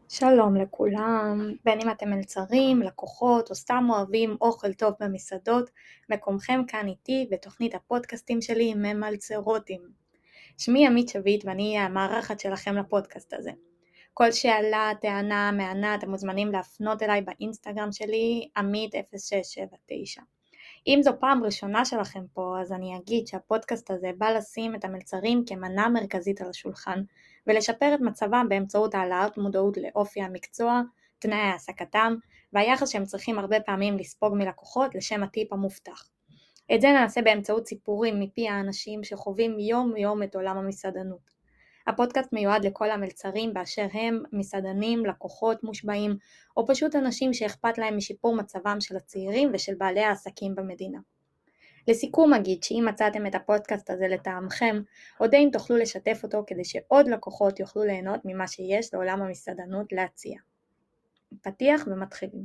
שלום לכולם, בין אם אתם מלצרים, לקוחות או סתם אוהבים אוכל טוב במסעדות, מקומכם כאן איתי בתוכנית הפודקאסטים שלי ממלצרוטים. שמי עמית שביט ואני אהיה המארחת שלכם לפודקאסט הזה. כל שאלה, טענה, מענה, אתם מוזמנים להפנות אליי באינסטגרם שלי, עמית0679. אם זו פעם ראשונה שלכם פה, אז אני אגיד שהפודקאסט הזה בא לשים את המלצרים כמנה מרכזית על השולחן, ולשפר את מצבם באמצעות העלאת מודעות לאופי המקצוע, תנאי העסקתם, והיחס שהם צריכים הרבה פעמים לספוג מלקוחות לשם הטיפ המובטח. את זה נעשה באמצעות סיפורים מפי האנשים שחווים יום יום את עולם המסעדנות. הפודקאסט מיועד לכל המלצרים באשר הם מסעדנים, לקוחות מושבעים, או פשוט אנשים שאכפת להם משיפור מצבם של הצעירים ושל בעלי העסקים במדינה. לסיכום אגיד שאם מצאתם את הפודקאסט הזה לטעמכם, אודה אם תוכלו לשתף אותו כדי שעוד לקוחות יוכלו ליהנות ממה שיש לעולם המסעדנות להציע. פתיח ומתחילים.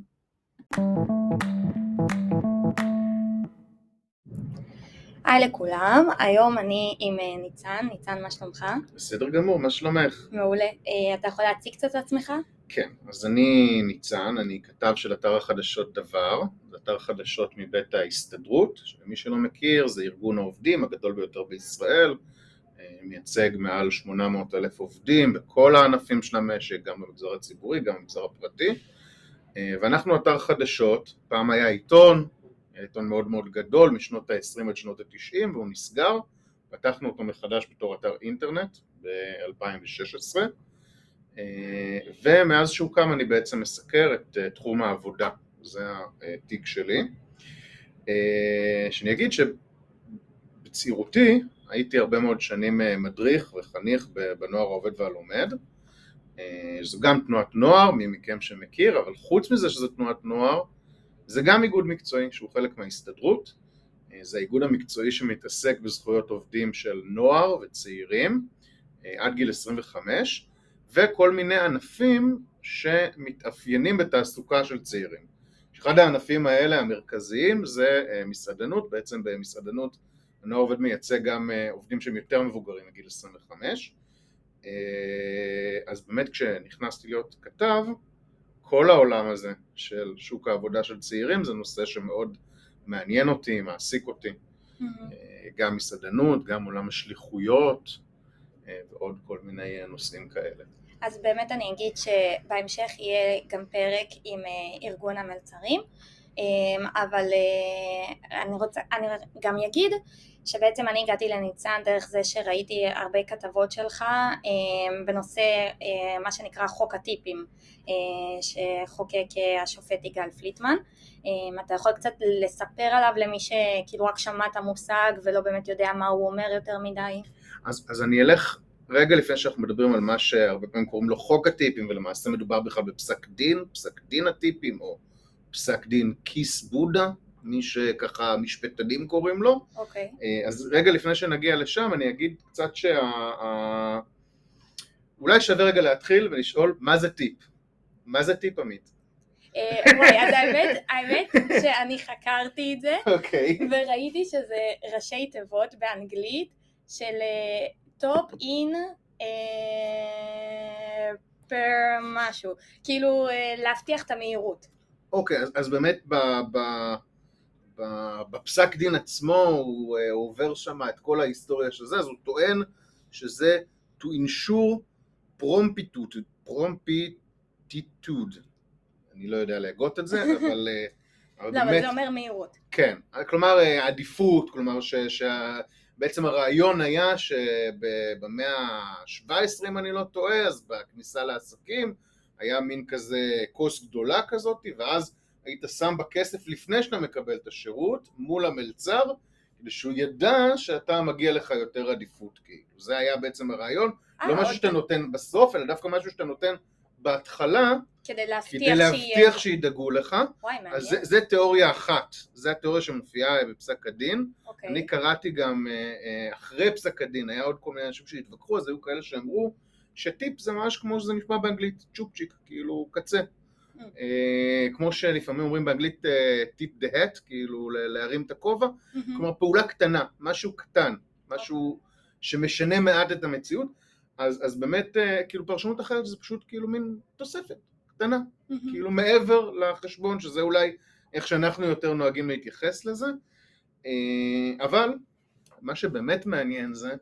היי לכולם, היום אני עם ניצן. ניצן, מה שלומך? בסדר גמור, מה שלומך? מעולה. אתה יכול להציג קצת את עצמך? כן, אז אני ניצן, אני כתב של אתר החדשות דבר, זה אתר חדשות מבית ההסתדרות, שמי שלא מכיר זה ארגון העובדים הגדול ביותר בישראל, מייצג מעל 800,000 עובדים בכל הענפים של המשק, גם במגזר הציבורי, גם במגזר הפרטי, ואנחנו אתר חדשות, פעם היה עיתון מאוד מאוד גדול משנות ה-20 עד שנות ה-90 והוא נסגר, פתחנו אותו מחדש בתור אתר אינטרנט ב-2016, ומאז שהוא קם אני בעצם מסקר את תחום העבודה, זה התיק שלי. שאני אגיד שבצעירותי הייתי הרבה מאוד שנים מדריך וחניך בנוער העובד והלומד, זו גם תנועת נוער, מי מכם שמכיר, אבל חוץ מזה שזו תנועת נוער, זה גם איגוד מקצועי שהוא חלק מההסתדרות, זה האיגוד המקצועי שמתעסק בזכויות עובדים של נוער וצעירים עד גיל 25, וכל מיני ענפים שמתאפיינים בתעסוקה של צעירים. אחד הענפים האלה המרכזיים זה מסעדנות, בעצם במסעדנות הנוער עובד מייצג גם עובדים שהם יותר מבוגרים מגיל 25, אז באמת כשנכנסתי להיות כתב, כל העולם הזה של שוק העבודה של צעירים זה נושא שמאוד מעניין אותי, מעסיק אותי, גם מסעדנות, גם עולם השליחויות ועוד כל מיני נושאים כאלה. אז באמת אני אגיד שבהמשך יהיה גם פרק עם ארגון המלצרים, אבל אני גם אגיד שבעצם אני הגעתי לניצן דרך זה שראיתי הרבה כתבות שלך בנושא מה שנקרא חוק הטיפים שחוקק השופט יגאל פליטמן. אתה יכול קצת לספר עליו למי שכאילו רק שמע את המושג ולא באמת יודע מה הוא אומר יותר מדי? אז אני אלך רגע לפני שאנחנו מדברים על מה שהרבה פעמים קוראים לו חוק הטיפים, ולמעשה מדובר בכלל בפסק דין הטיפים, או פסק דין כיס בודה, מי שככה משפטנים קוראים לו. אוקיי. אז רגע לפני שנגיע לשם אני אגיד קצת אולי שווה רגע להתחיל ולשאול מה זה טיפ? מה זה טיפ, עמית? וואי, אז האמת שאני חקרתי את זה, אוקיי. וראיתי שזה ראשי תיבות באנגלית של top in per משהו, כאילו להבטיח את המהירות. אוקיי, אז באמת בפסק דין עצמו הוא עובר שם את כל ההיסטוריה של זה, אז הוא טוען שזה to ensure promptitude, אני לא יודע להגות את זה, אבל לא, אבל זה אומר מהירות. כן, כלומר עדיפות, כלומר בעצם הרעיון היה שבמאה ה-17 אם אני לא טועה, אז בכניסה לעסקים היה מין כזה כוס גדולה כזאת, ואז היית שם בכסף לפני שאתה מקבל את השירות מול המלצר, כדי שהוא ידע שאתה מגיע לך יותר עדיפות, כאילו. זה היה בעצם הרעיון, לא משהו שאתה נותן בסוף, אלא דווקא משהו שאתה נותן בהתחלה, כדי להבטיח שידאגו לך. וואי, מעניין. אז זה תיאוריה אחת, זה התיאוריה שמופיעה בפסק הדין. אוקיי. אני קראתי גם אחרי פסק הדין, היה עוד כל מיני אנשים שהתווכחו, אז היו כאלה שאמרו שטיפ זה ממש כמו שזה נשמע באנגלית, צ'ופצ'יק, כאילו קצה. כמו שלפעמים אומרים באנגלית טיפ דה הט, כאילו להרים את הכובע, כלומר פעולה קטנה, משהו קטן, משהו שמשנה מעט את המציאות. אז באמת, כאילו פרשנות אחרת זה פשוט כאילו מין תוספת קטנה, כאילו מעבר לחשבון, שזה אולי איך שאנחנו יותר נוהגים להתייחס לזה, אבל מה שבאמת מעניין זה,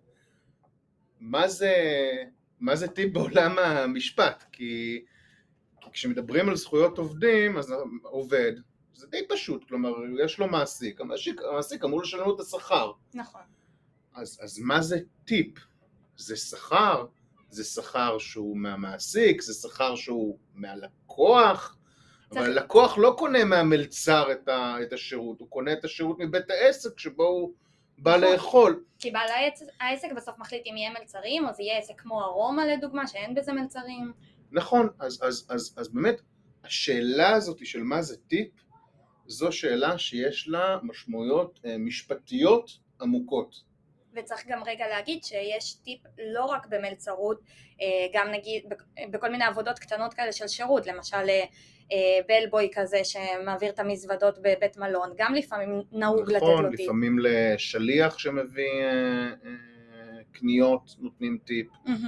מה זה טיפ בעולם המשפט, כי כשמדברים על זכויות עובדים, אז עובד, זה די פשוט, כלומר, יש לו מעסיק, המעסיק אמור לשלם לו את השכר. נכון. אז מה זה טיפ? זה שכר, זה שכר שהוא מהמעסיק, זה שכר שהוא מהלקוח, אבל הלקוח לא קונה מהמלצר את השירות, הוא קונה את השירות מבית העסק שבו הוא בא לאכול. כי בעל העסק בסוף מחליט אם יהיה מלצרים, או זה יהיה עסק כמו ארומה לדוגמה, שאין בזה מלצרים. נכון, אז באמת, השאלה הזאת של מה זה טיפ, זו שאלה שיש לה משמעויות משפטיות עמוקות. וצריך גם רגע להגיד שיש טיפ לא רק במלצרות, גם נגיד בכל מיני עבודות קטנות כאלה של שירות, למשל בלבוי כזה שמעביר את המזוודות בבית מלון, גם לפעמים נהוג לתת לו טיפ. נכון, לפעמים לשליח שמביא קניות נותנים טיפ.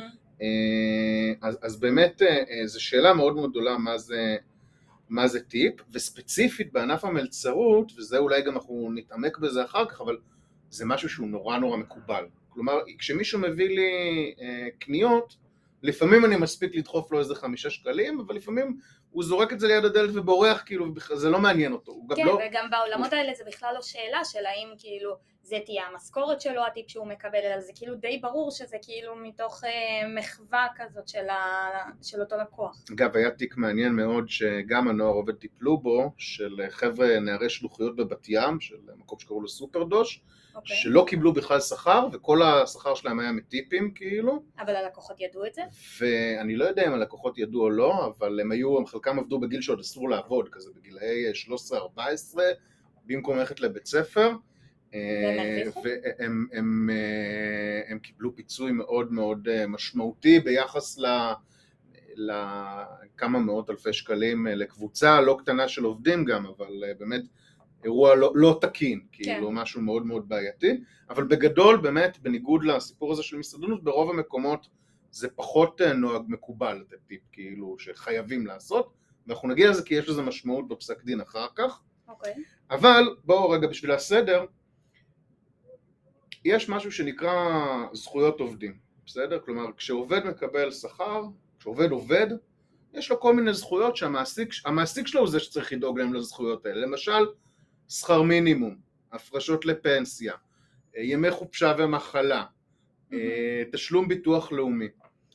אז באמת זו שאלה מאוד מאוד גדולה מה זה טיפ, וספציפית בענף המלצרות, וזה אולי גם אנחנו נתעמק בזה אחר כך, אבל זה משהו שהוא נורא נורא מקובל. כלומר, כשמישהו מביא לי קניות, לפעמים אני מספיק לדחוף לו איזה 5 שקלים, אבל לפעמים הוא זורק את זה ליד הדלת ובורח, כאילו, זה לא מעניין אותו. כן, וגם בעולמות האלה זה בכלל לא שאלה של האם כאילו זה תהיה המשכורת שלו, הטיפ שהוא מקבל, אלא זה כאילו די ברור שזה כאילו מתוך מחווה כזאת של אותו לקוח. אגב, היה תיק מעניין מאוד שגם הנוער עובד טיפלו בו, של חבר'ה נערי שלוחיות בבת ים, של מקום שקראו לו סופרדוש, שלא קיבלו בכלל שכר, וכל השכר שלהם היה מטיפים כאילו. אבל הלקוחות ידעו את זה? ואני לא יודע אם הלקוחות ידעו או לא, אבל הם חלקם עבדו בגיל שעוד אסור לעבוד, כזה בגילאי 13-14, במקום ללכת לבית ספר. והם קיבלו פיצוי מאוד מאוד משמעותי ביחס לכמה מאות אלפי שקלים לקבוצה לא קטנה של עובדים גם, אבל באמת אירוע לא תקין, כאילו משהו מאוד מאוד בעייתי, אבל בגדול באמת בניגוד לסיפור הזה של מסעדנות, ברוב המקומות זה פחות נוהג מקובל לתת טיפ כאילו שחייבים לעשות, ואנחנו נגיע לזה כי יש לזה משמעות בפסק דין אחר כך. אבל בואו רגע בשביל הסדר, יש משהו שנקרא זכויות עובדים, בסדר? כלומר, כשעובד מקבל שכר, כשעובד עובד, יש לו כל מיני זכויות שהמעסיק שלו הוא זה שצריך לדאוג להם לזכויות האלה. למשל, שכר מינימום, הפרשות לפנסיה, ימי חופשה ומחלה, תשלום ביטוח לאומי.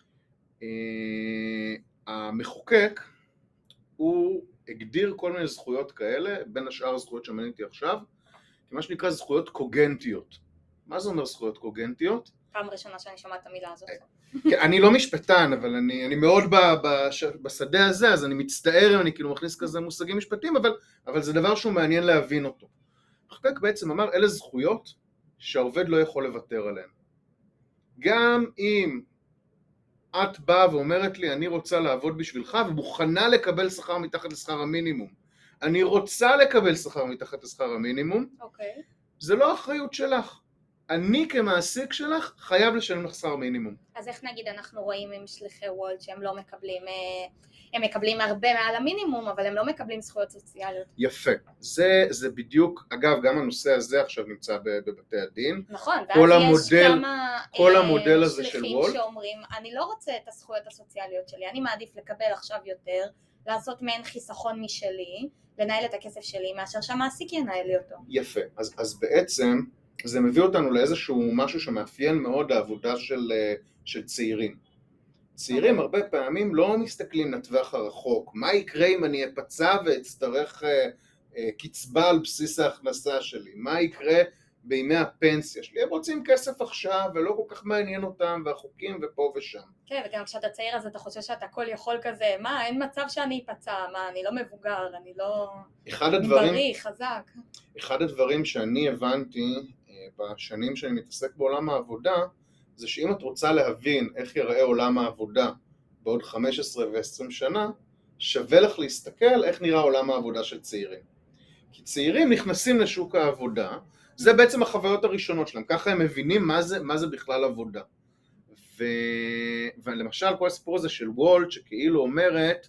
המחוקק, הוא הגדיר כל מיני זכויות כאלה, בין השאר הזכויות שמניתי עכשיו, מה שנקרא זכויות קוגנטיות. מה זה אומר זכויות קוגנטיות? פעם ראשונה שאני שומעת את המילה הזאת. אני לא משפטן, אבל אני מאוד בשדה הזה, אז אני מצטער אם אני כאילו מכניס כזה מושגים משפטיים, אבל זה דבר שהוא מעניין להבין אותו. המחוקק בעצם אמר, אלה זכויות שהעובד לא יכול לוותר עליהן. גם אם את באה ואומרת לי, אני רוצה לעבוד בשבילך, ומוכנה לקבל שכר מתחת לשכר המינימום. אני רוצה לקבל שכר מתחת לשכר המינימום. זה לא אחריות שלך. אני כמעסיק שלך חייב לשלם לך שכר מינימום. אז איך נגיד אנחנו רואים עם שליחי וולט שהם לא מקבלים, הם מקבלים הרבה מעל המינימום, אבל הם לא מקבלים זכויות סוציאליות. יפה. זה בדיוק, אגב, גם הנושא הזה עכשיו נמצא בבתי הדין. נכון, ואז יש כמה שליחים שאומרים, אני לא רוצה את הזכויות הסוציאליות שלי, אני מעדיף לקבל עכשיו יותר, לעשות מעין חיסכון משלי, לנהל את הכסף שלי, מאשר שהמעסיק ינהל לי אותו. יפה. אז בעצם זה מביא אותנו לאיזשהו משהו שמאפיין מאוד העבודה של צעירים. צעירים הרבה פעמים לא מסתכלים לטווח הרחוק, מה יקרה אם אני אפצע ואצטרך קצבה על בסיס ההכנסה שלי, מה יקרה בימי הפנסיה שלי, הם רוצים כסף עכשיו ולא כל כך מעניין אותם והחוקים ופה ושם. כן, וגם כשאתה צעיר אז אתה חושב שאתה הכל יכול כזה, מה, אין מצב שאני אפצע, מה, אני לא מבוגר, אני לא בריא, חזק. אחד הדברים שאני הבנתי בשנים שאני מתעסק בעולם העבודה, זה שאם את רוצה להבין איך ייראה עולם העבודה בעוד 15 ו-20 שנה, שווה לך להסתכל איך נראה עולם העבודה של צעירים. כי צעירים נכנסים לשוק העבודה, זה בעצם החוויות הראשונות שלהם, ככה הם מבינים מה זה בכלל עבודה. ולמשל כל הסיפור הזה של וולט שכאילו אומרת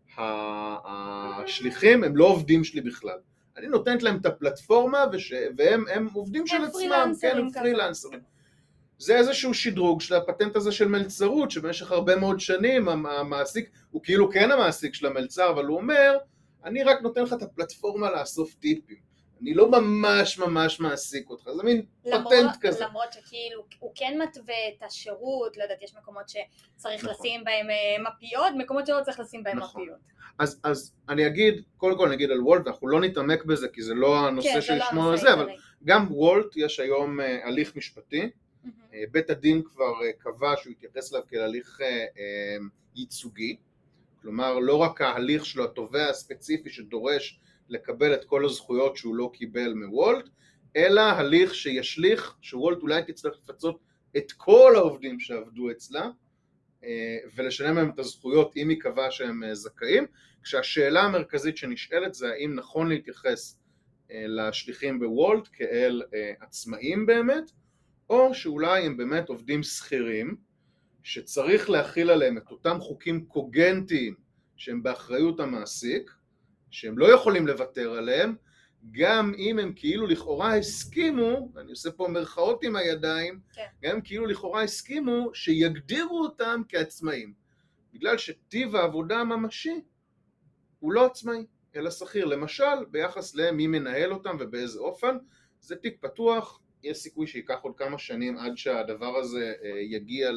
השליחים הם לא עובדים שלי בכלל, אני נותנת להם את הפלטפורמה והם עובדים של עצמם, כן, הם פרילנסרים. זה איזשהו שדרוג של הפטנט הזה של מלצרות, שבמשך הרבה מאוד שנים המעסיק הוא כאילו כן המעסיק של המלצר, אבל הוא אומר אני רק נותן לך את הפלטפורמה לאסוף טיפים, אני לא ממש מעסיק אותך, זה מין פטנט כזה. למרות שכאילו הוא כן מתווה את השירות, לא יודעת, יש מקומות שצריך לשים בהם מפיות, מקומות שלא צריך לשים בהם מפיות. אז אני אגיד, קודם כל נגיד על וולט, אנחנו לא נתעמק בזה כי זה לא הנושא שלשמו הזה, אבל גם וולט יש היום הליך משפטי, בית הדין כבר קבע שהוא יתייחס אליו כהליך ייצוגי, כלומר לא רק ההליך שלו, התובע הספציפי שדורש לקבל את כל הזכויות שהוא לא קיבל מוולט, אלא הליך שישליך שוולט אולי תצטרך לפצות את כל העובדים שעבדו אצלה, ולשלם להם את הזכויות אם היא קבעה שהם זכאים, כשהשאלה המרכזית שנשאלת זה האם נכון להתייחס לשליחים בוולט כאל עצמאים באמת, או שאולי הם באמת עובדים שכירים, שצריך להכיל עליהם את אותם חוקים קוגנטיים שהם באחריות המעסיק, שהם לא יכולים לוותר עליהם, גם אם הם כאילו לכאורה הסכימו, ואני עושה פה מרכאות עם הידיים, כן. גם אם כאילו לכאורה הסכימו שיגדירו אותם כעצמאים, בגלל שטיב העבודה הממשי הוא לא עצמאי, אלא שכיר. למשל, ביחס למי מנהל אותם ובאיזה אופן, זה תיק פתוח, יש סיכוי שיקח עוד כמה שנים עד שהדבר הזה יגיע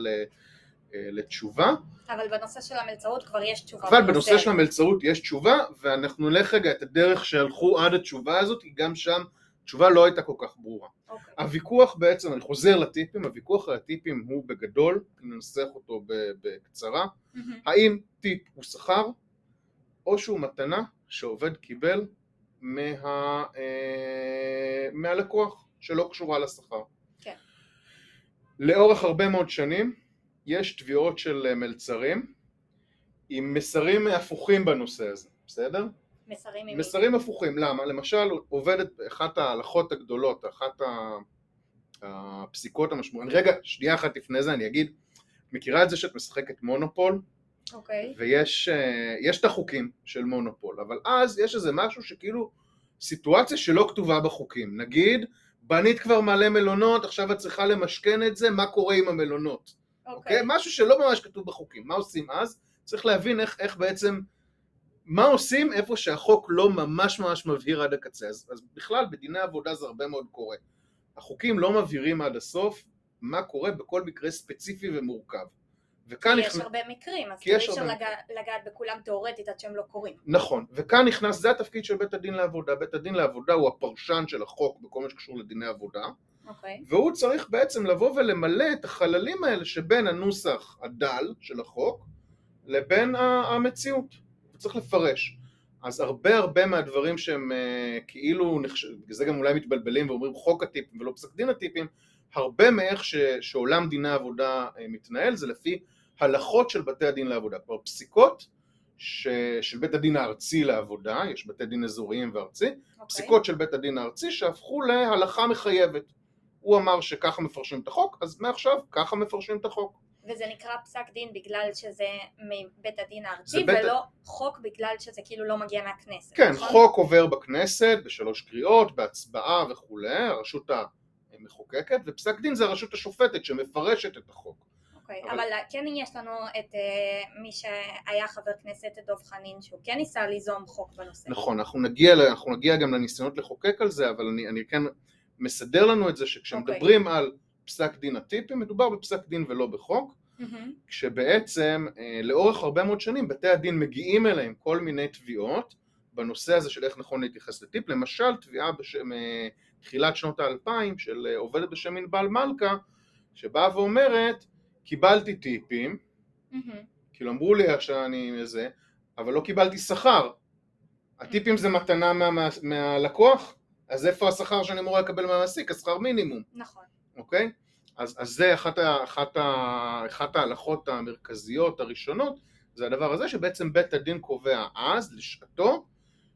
לתשובה. אבל בנושא של המלצרות כבר יש תשובה. אבל בנושא של המלצרות יש תשובה, ואנחנו נלך רגע את הדרך שהלכו עד התשובה הזאת, כי גם שם התשובה לא הייתה כל כך ברורה. הוויכוח בעצם, אני חוזר לטיפים, הוויכוח על הטיפים הוא בגדול, ננסח אותו בקצרה, האם טיפ הוא שכר, או שהוא מתנה שעובד קיבל מהלקוח שלא קשורה לשכר. כן. לאורך הרבה מאוד שנים יש תביעות של מלצרים עם מסרים הפוכים בנושא הזה, בסדר? מסרים הפוכים, למה? למשל עובדת אחת ההלכות הגדולות, אחת הפסיקות המשמעותיות, רגע, שנייה אחת לפני זה אני אגיד, מכירה את זה שאת משחקת מונופול? אוקיי. ויש את החוקים של מונופול, אבל אז יש איזה משהו שכאילו סיטואציה שלא כתובה בחוקים, נגיד בנית כבר מלא מלונות, עכשיו את צריכה למשכן את זה, מה קורה עם המלונות? אוקיי? משהו שלא ממש כתוב בחוקים, מה עושים אז? צריך להבין איך בעצם, מה עושים איפה שהחוק לא ממש מבהיר עד הקצה, אז בכלל בדיני עבודה זה הרבה מאוד קורה, החוקים לא מבהירים עד הסוף מה קורה בכל מקרה ספציפי ומורכב. יש הרבה מקרים, אז אי אפשר לגעת בכולם תיאורטית עד שהם לא קורים. נכון, וכאן נכנס, זה התפקיד של בית הדין לעבודה, בית הדין לעבודה הוא הפרשן של החוק בכל מה שקשור לדיני עבודה, והוא צריך בעצם לבוא ולמלא את החללים האלה שבין הנוסח הדל של החוק לבין המציאות, הוא צריך לפרש. אז הרבה מהדברים שהם כאילו, זה גם אולי מתבלבלים ואומרים חוק הטיפים ולא פסק דין הטיפים, הרבה מאיך שעולם דיני העבודה מתנהל זה לפי הלכות של בתי הדין לעבודה, כבר פסיקות של בית הדין הארצי לעבודה, יש בתי דין אזוריים וארצי, פסיקות של בית הדין הארצי שהפכו להלכה מחייבת. הוא אמר שככה מפרשים את החוק, אז מעכשיו ככה מפרשים את החוק. וזה נקרא פסק דין בגלל שזה מבית הדין הארצי ולא חוק בגלל שזה כאילו לא מגיע מהכנסת. כן, נכון? חוק עובר בכנסת בשלוש קריאות, בהצבעה וכו', הרשות המחוקקת, ופסק דין זה הרשות השופטת שמפרשת את החוק. אוקיי, אבל כן יש לנו את מי שהיה חבר כנסת דוב חנין שהוא כן ניסה ליזום חוק בנושא. נכון, אנחנו נגיע גם לניסיונות לחוקק על זה, אבל אני כן מסדר לנו את זה שכשמדברים על פסק דין הטיפים, מדובר בפסק דין ולא בחוק, כשבעצם לאורך הרבה מאוד שנים בתי הדין מגיעים אליהם כל מיני תביעות בנושא הזה של איך נכון להתייחס לטיפ, למשל תביעה תחילת שנות ה-2000 של עובדת בשם ענבל מלכה, שבאה ואומרת, קיבלתי טיפים, כאילו אמרו לי שאני איזה, אבל לא קיבלתי שכר, הטיפים זה מתנה מהלקוח, אז איפה השכר שאני אמורה לקבל מהמעסיק? השכר מינימום. נכון. אוקיי? אז זה אחת ההלכות המרכזיות הראשונות, זה הדבר הזה שבעצם בית הדין קובע אז, לשעתו,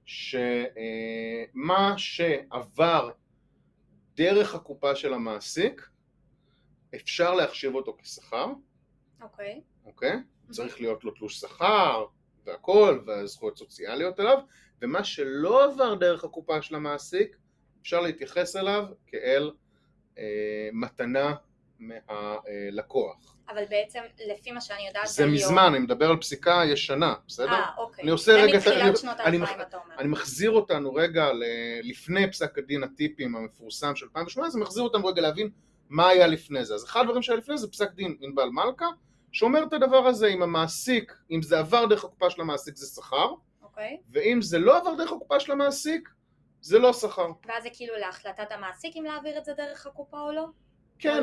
שמה שעבר דרך הקופה של המעסיק, אפשר להחשיב אותו כשכר, אוקיי. אוקיי? צריך להיות לו תלוש שכר והכל, והזכויות סוציאליות אליו, ומה שלא עבר דרך הקופה של המעסיק, אפשר להתייחס אליו כאל מתנה מהלקוח. אבל בעצם לפי מה שאני יודעת זה מזמן, אני מדבר על פסיקה ישנה, בסדר? אוקיי. אני עושה זה רגע, מתחילת שנות ה-2000 אתה אומר. אני מחזיר אותנו רגע לפני פסק הדין הטיפים המפורסם של 2018, מחזיר אותנו רגע להבין מה היה לפני זה. אז אחד הדברים שהיה לפני זה פסק דין ענבל מלכה, שאומר את הדבר הזה, אם המעסיק, אם זה עבר דרך הקופה של המעסיק זה שכר, אוקיי. ואם זה לא עבר דרך הקופה של המעסיק, זה לא שכר. ואז זה כאילו להחלטת המעסיק אם להעביר את זה דרך הקופה או לא? כן,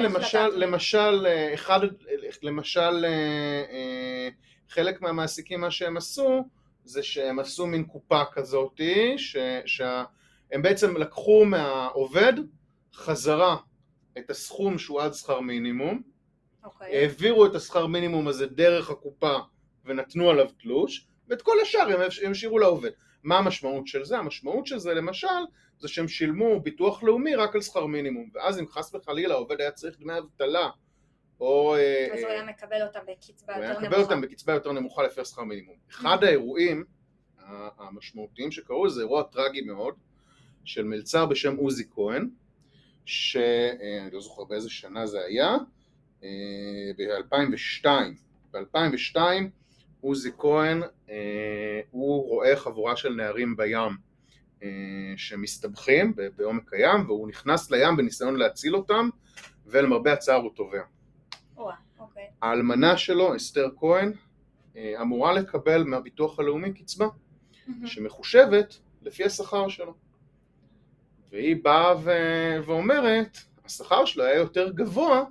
למשל, חלק מהמעסיקים מה שהם עשו, זה שהם עשו מין קופה כזאת, שהם בעצם לקחו מהעובד חזרה את הסכום שהוא עד שכר מינימום, העבירו את השכר מינימום הזה דרך הקופה ונתנו עליו תלוש, ואת כל השאר הם השאירו לעובד. מה המשמעות של זה? המשמעות של זה למשל, זה שהם שילמו ביטוח לאומי רק על שכר מינימום, ואז אם חס וחלילה העובד היה צריך דמי אבטלה, או... אז הוא היה מקבל אותם בקצבה יותר נמוכה. הוא היה מקבל אותם בקצבה יותר נמוכה לפי שכר מינימום. אחד האירועים המשמעותיים שקרו, זה אירוע טרגי מאוד, של מלצר בשם עוזי כהן, שאני לא זוכר באיזה שנה זה היה, ב-2002. ב-2002 עוזי כהן, הוא רואה חבורה של נערים בים, שמסתבכים בעומק הים, והוא נכנס לים בניסיון להציל אותם, ולמרבה הצער הוא טובע. אוקיי. האלמנה שלו, אסתר כהן, אמורה לקבל מהביטוח הלאומי קצבה, שמחושבת לפי השכר שלו. והיא באה ואומרת, השכר שלו היה יותר גבוה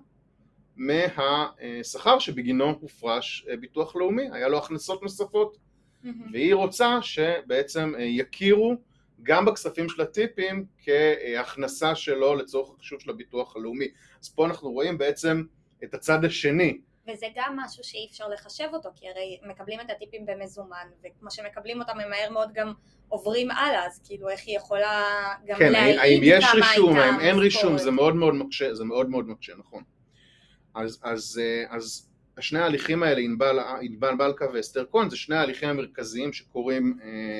מהשכר שבגינו הופרש ביטוח לאומי, היה לו הכנסות נוספות, והיא רוצה שבעצם יכירו גם בכספים של הטיפים כהכנסה שלו לצורך החישוב של הביטוח הלאומי. אז פה אנחנו רואים בעצם את הצד השני. וזה גם משהו שאי אפשר לחשב אותו, כי הרי מקבלים את הטיפים במזומן, וכמו שמקבלים אותם הם מהר מאוד גם עוברים הלאה, אז כאילו איך היא יכולה גם כן, להעיד האם יש כמה רישום, הייתה האם אין משכורת. רישום, זה מאוד מאוד מקשה, זה מאוד מאוד מקשה, נכון. אז שני ההליכים האלה, ענבל מלכה ואסתר כהן, זה שני ההליכים המרכזיים שקורים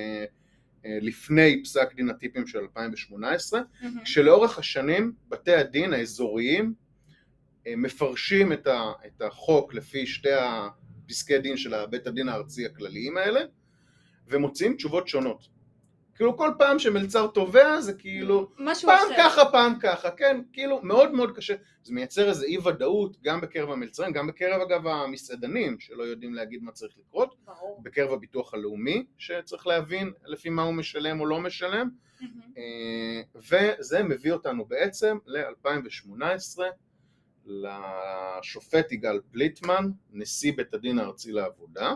לפני פסק דין הטיפים של 2018, כשלאורך השנים בתי הדין האזוריים מפרשים את החוק לפי שתי הפסקי דין של בית הדין הארצי הכלליים האלה, ומוצאים תשובות שונות. כאילו כל פעם שמלצר תובע זה כאילו פעם ככה פעם ככה, כן, כאילו מאוד מאוד קשה. זה מייצר איזו אי ודאות גם בקרב המלצרים, גם בקרב אגב המסעדנים שלא יודעים להגיד מה צריך לקרות, בקרב הביטוח הלאומי שצריך להבין לפי מה הוא משלם או לא משלם, וזה מביא אותנו בעצם ל-2018 לשופט יגאל פליטמן, נשיא בית הדין הארצי לעבודה,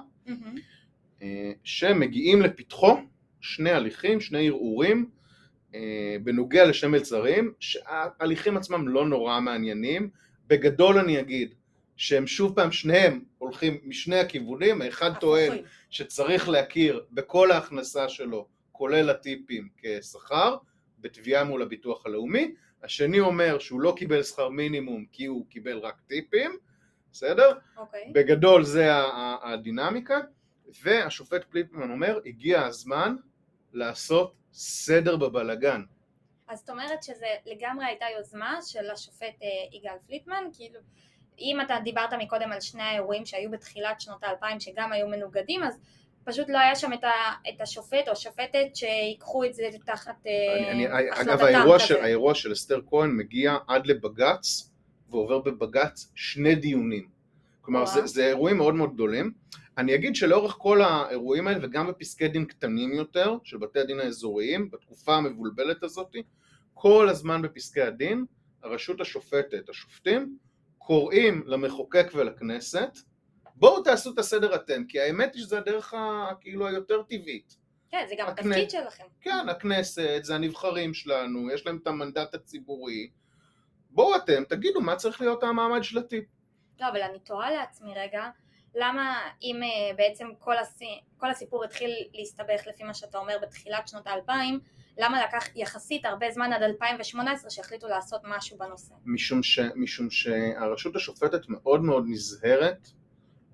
שמגיעים לפתחו שני הליכים, שני ערעורים בנוגע לשם מלצרים, שההליכים עצמם לא נורא מעניינים. בגדול אני אגיד שהם שוב פעם שניהם הולכים משני הכיוונים, האחד טוען שצריך להכיר בכל ההכנסה שלו, כולל הטיפים כשכר, בתביעה מול הביטוח הלאומי, השני אומר שהוא לא קיבל שכר מינימום כי הוא קיבל רק טיפים, בסדר? בגדול זה הדינמיקה, והשופט פליטמן אומר, הגיע הזמן לעשות סדר בבלגן. אז זאת אומרת שזה לגמרי הייתה יוזמה של השופט יגאל פליטמן, כאילו אם אתה דיברת מקודם על שני האירועים שהיו בתחילת שנות ה-2000 שגם היו מנוגדים, אז פשוט לא היה שם את השופט או השופטת שיקחו את זה תחת אגב, האירוע של אסתר כהן מגיע עד לבגץ, ועובר בבגץ שני דיונים. כלומר, זה אירועים מאוד מאוד גדולים. אני אגיד שלאורך כל האירועים האלה, וגם בפסקי דין קטנים יותר, של בתי הדין האזוריים, בתקופה המבולבלת הזאת, כל הזמן בפסקי הדין, הרשות השופטת, השופטים, קוראים למחוקק ולכנסת, בואו תעשו את הסדר אתם, כי האמת היא שזה הדרך כאילו היותר טבעית. כן, זה גם התפקיד שלכם. כן, הכנסת, זה הנבחרים שלנו, יש להם את המנדט הציבורי. בואו אתם, תגידו מה צריך להיות המעמד של הטיפ. לא, אבל אני תוהה לעצמי רגע, למה אם בעצם כל הסיפור התחיל להסתבך לפי מה שאתה אומר בתחילת שנות ה-2000, למה לקח יחסית הרבה זמן עד 2018 שהחליטו לעשות משהו בנושא? משום שהרשות השופטת מאוד מאוד נזהרת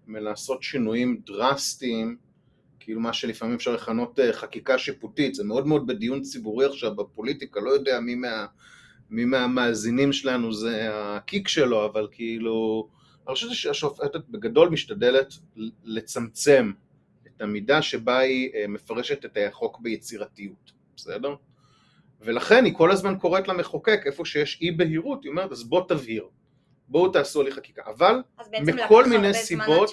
מלעשות שינויים דרסטיים, כאילו מה שלפעמים אפשר לכנות חקיקה שיפוטית, זה מאוד מאוד בדיון ציבורי עכשיו בפוליטיקה, לא יודע מי מהמאזינים שלנו זה הקיק שלו, אבל כאילו, אני חושב שהשופטת בגדול משתדלת לצמצם את המידה שבה היא מפרשת את החוק ביצירתיות, בסדר? ולכן היא כל הזמן קוראת למחוקק, איפה שיש אי בהירות, היא אומרת, אז בוא תבהיר, בואו תעשו לי חקיקה, אבל מכל מיני סיבות,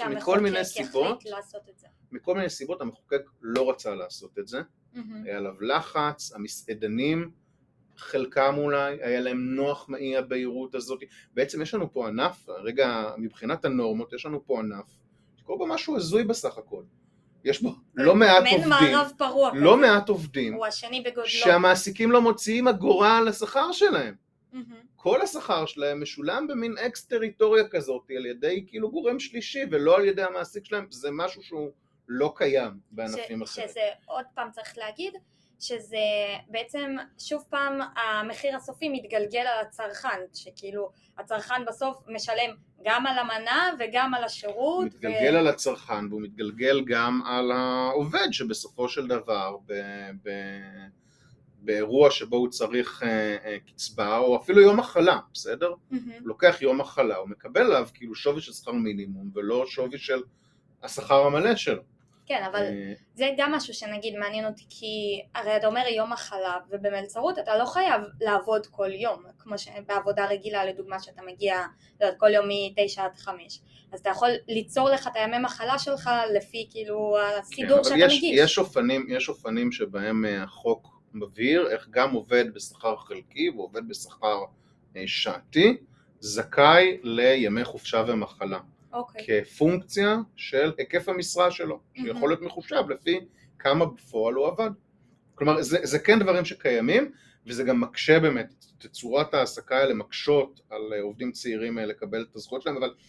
מכל מיני סיבות המחוקק לא רצה לעשות את זה, היה עליו לחץ, המסעדנים, חלקם אולי, היה להם נוח מאי הבהירות הזאת, בעצם יש לנו פה ענף, רגע מבחינת הנורמות, יש לנו פה ענף, שקורה בו משהו הזוי בסך הכל, יש בו לא מעט עובדים, לא מעט עובדים, שהמעסיקים לא מוציאים אגורה על השכר שלהם, כל השכר שלהם משולם במין אקס טריטוריה כזאת, על ידי כאילו גורם שלישי, ולא על ידי המעסיק שלהם, זה משהו שהוא לא קיים בענפים אחרים. שזה עוד פעם צריך להגיד, שזה בעצם שוב פעם המחיר הסופי מתגלגל על הצרכן, שכאילו הצרכן בסוף משלם גם על המנה וגם על השירות. מתגלגל על הצרכן והוא מתגלגל גם על העובד, שבסופו של דבר באירוע שבו הוא צריך קצבה או אפילו יום מחלה, בסדר? הוא לוקח יום מחלה, הוא מקבל עליו כאילו שווי של שכר מינימום ולא שווי של השכר המלא שלו. כן, אבל זה גם משהו שנגיד מעניין אותי, כי הרי אתה אומר יום מחלה, ובמלצרות אתה לא חייב לעבוד כל יום, כמו שבעבודה רגילה לדוגמה שאתה מגיע כל יום מ-9 עד 5, אז אתה יכול ליצור לך את הימי מחלה שלך לפי כאילו הסידור שאתה מגיש. יש אופנים שבהם החוק מבהיר איך גם עובד בשכר חלקי ועובד בשכר שעתי, זכאי לימי חופשה ומחלה. כפונקציה של היקף המשרה שלו, שיכול להיות מחושב לפי כמה בפועל הוא עבד. כלומר, זה כן דברים שקיימים, וזה גם מקשה באמת, תצורת העסקה האלה מקשות על עובדים צעירים לקבל את הזכויות שלהם, אבל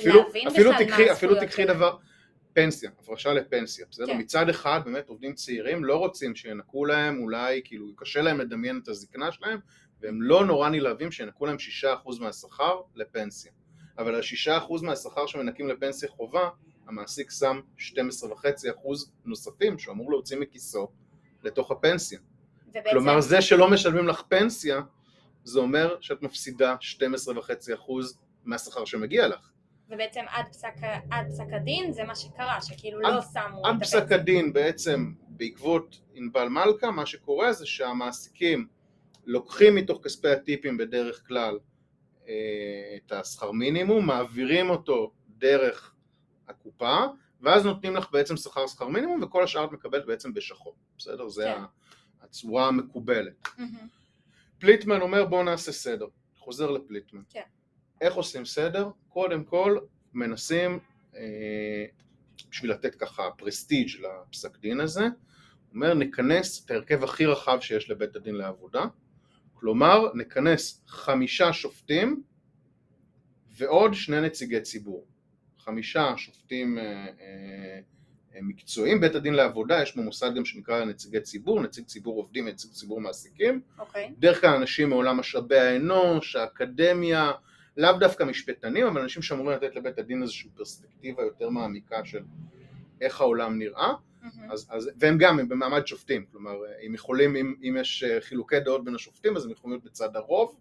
אפילו תקחי דבר, פנסיה, הפרשה לפנסיה, בסדר? מצד אחד באמת עובדים צעירים לא רוצים שינקו להם, אולי כאילו קשה להם לדמיין את הזקנה שלהם, והם לא נורא נלהבים שינקו להם 6% מהשכר לפנסיה. אבל ה6% מהשכר שמנקים לפנסיה חובה, המעסיק שם 12.5% נוספים שהוא אמור להוציא מכיסו לתוך הפנסיה. כלומר, זה שלא משלמים לך פנסיה, זה אומר שאת מפסידה 12.5% מהשכר שמגיע לך. ובעצם עד פסק הדין זה מה שקרה, שכאילו לא שמו את עד פסק הדין בעצם בעקבות ענבל מלכה, מה שקורה זה שהמעסיקים לוקחים מתוך כספי הטיפים בדרך כלל את השכר מינימום, מעבירים אותו דרך הקופה, ואז נותנים לך בעצם שכר מינימום, וכל השאר את מקבלת בעצם בשחור, בסדר? זה הצורה המקובלת. פליטמן אומר בואו נעשה סדר, חוזר לפליטמן. איך עושים סדר? קודם כל מנסים, בשביל לתת ככה פרסטיג' לפסק דין הזה, אומר נכנס את ההרכב הכי רחב שיש לבית הדין לעבודה, כלומר נכנס 5 שופטים ועוד 2 נציגי ציבור. 5 שופטים מקצועיים, בית הדין לעבודה יש במוסד גם שנקרא נציגי ציבור, נציג ציבור עובדים, נציג ציבור מעסיקים, דרך כלל אנשים מעולם משאבי האנוש, האקדמיה, לאו דווקא משפטנים, אבל אנשים שאמורים לתת לבית הדין איזושהי פרספקטיבה יותר מעמיקה של איך העולם נראה, והם גם הם במעמד שופטים, כלומר הם יכולים, אם יש חילוקי דעות בין השופטים, אז הם יכולים להיות בצד הרוב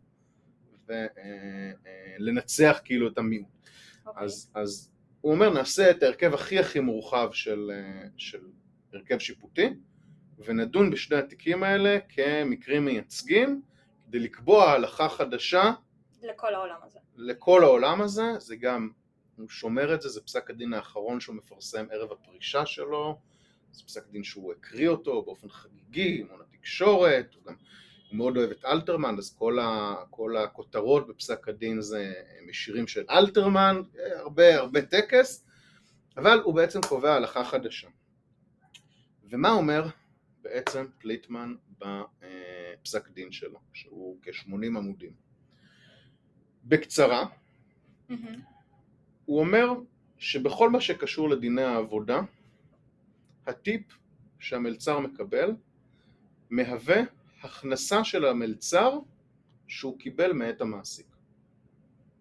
ולנצח כאילו את המיעוט. אז הוא אומר נעשה את ההרכב הכי מורחב של הרכב שיפוטי, ונדון בשני התיקים האלה כמקרים מייצגים, כדי לקבוע הלכה חדשה לכל העולם הזה. זה גם, הוא שומר את זה, זה פסק הדין האחרון שהוא מפרסם ערב הפרישה שלו, זה פסק דין שהוא הקריא אותו באופן חגיגי, מול התקשורת, הוא מאוד אוהב את אלתרמן, אז כל הכותרות בפסק הדין זה משירים של אלתרמן, הרבה טקס, אבל הוא בעצם קובע הלכה חדשה. ומה אומר בעצם פליטמן בפסק דין שלו, שהוא כ-80 עמודים? בקצרה, הוא אומר שבכל מה שקשור לדיני העבודה, הטיפ שהמלצר מקבל מהווה הכנסה של המלצר שהוא קיבל מאת המעסיק.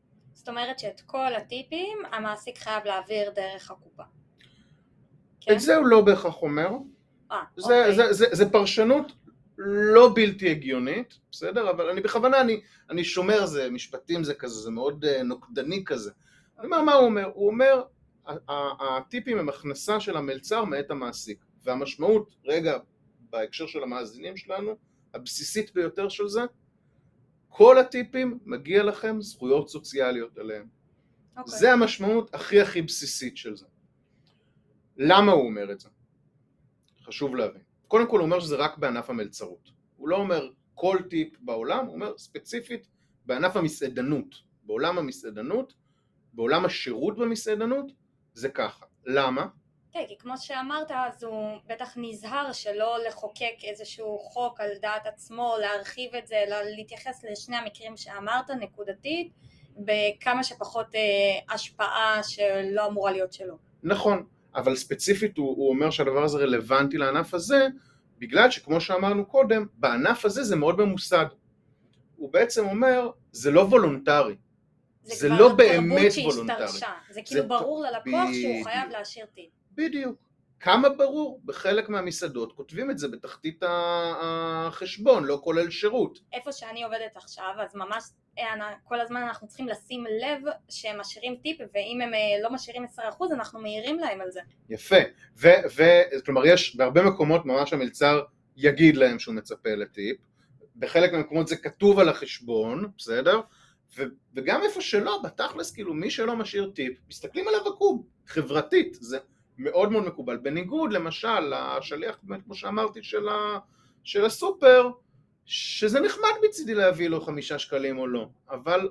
זאת אומרת שאת כל הטיפים המעסיק חייב להעביר דרך הקופה. כן? את זה הוא לא בהכרח אומר. אוקיי. זה פרשנות לא בלתי הגיונית, בסדר? אבל אני בכוונה, אני שומר, זה משפטים, זה כזה, זה מאוד נוקדני כזה. אני אומר, מה הוא אומר? הוא אומר, הטיפים הם הכנסה של המלצר מאת המעסיק, והמשמעות, רגע, בהקשר של המאזינים שלנו, הבסיסית ביותר של זה, כל הטיפים מגיע לכם זכויות סוציאליות עליהם. זה המשמעות הכי בסיסית של זה. למה הוא אומר את זה? חשוב להבין. קודם כל הוא אומר שזה רק בענף המלצרות. הוא לא אומר כל טיפ בעולם, הוא אומר ספציפית בענף המסעדנות. בעולם המסעדנות, בעולם השירות במסעדנות, זה ככה. למה? כן, כי כמו שאמרת, אז הוא בטח נזהר שלא לחוקק איזשהו חוק על דעת עצמו, להרחיב את זה, אלא להתייחס לשני המקרים שאמרת נקודתית, בכמה שפחות השפעה שלא אמורה להיות שלו. נכון, אבל ספציפית הוא אומר שהדבר הזה רלוונטי לענף הזה, בגלל שכמו שאמרנו קודם, בענף הזה זה מאוד ממוסד. הוא בעצם אומר, זה לא וולונטרי. זה לא באמת וולונטרי. זה כאילו ברור ללקוח שהוא חייב להשאיר טיפ. בדיוק. כמה ברור? בחלק מהמסעדות כותבים את זה בתחתית החשבון, לא כולל שירות. איפה שאני עובדת עכשיו, אז ממש כל הזמן אנחנו צריכים לשים לב שהם משאירים טיפ, ואם הם לא משאירים 10% אנחנו מעירים להם על זה. יפה. כלומר יש בהרבה מקומות ממש המלצר יגיד להם שהוא מצפה לטיפ, בחלק מהמקומות זה כתוב על החשבון, בסדר? וגם איפה שלא, בתכלס, כאילו מי שלא משאיר טיפ, מסתכלים עליו עקום, חברתית, זה מאוד מאוד מקובל, בניגוד למשל לשליח, כמו שאמרתי, של הסופר, שזה נחמד מצידי להביא לו 5 שקלים או לא, אבל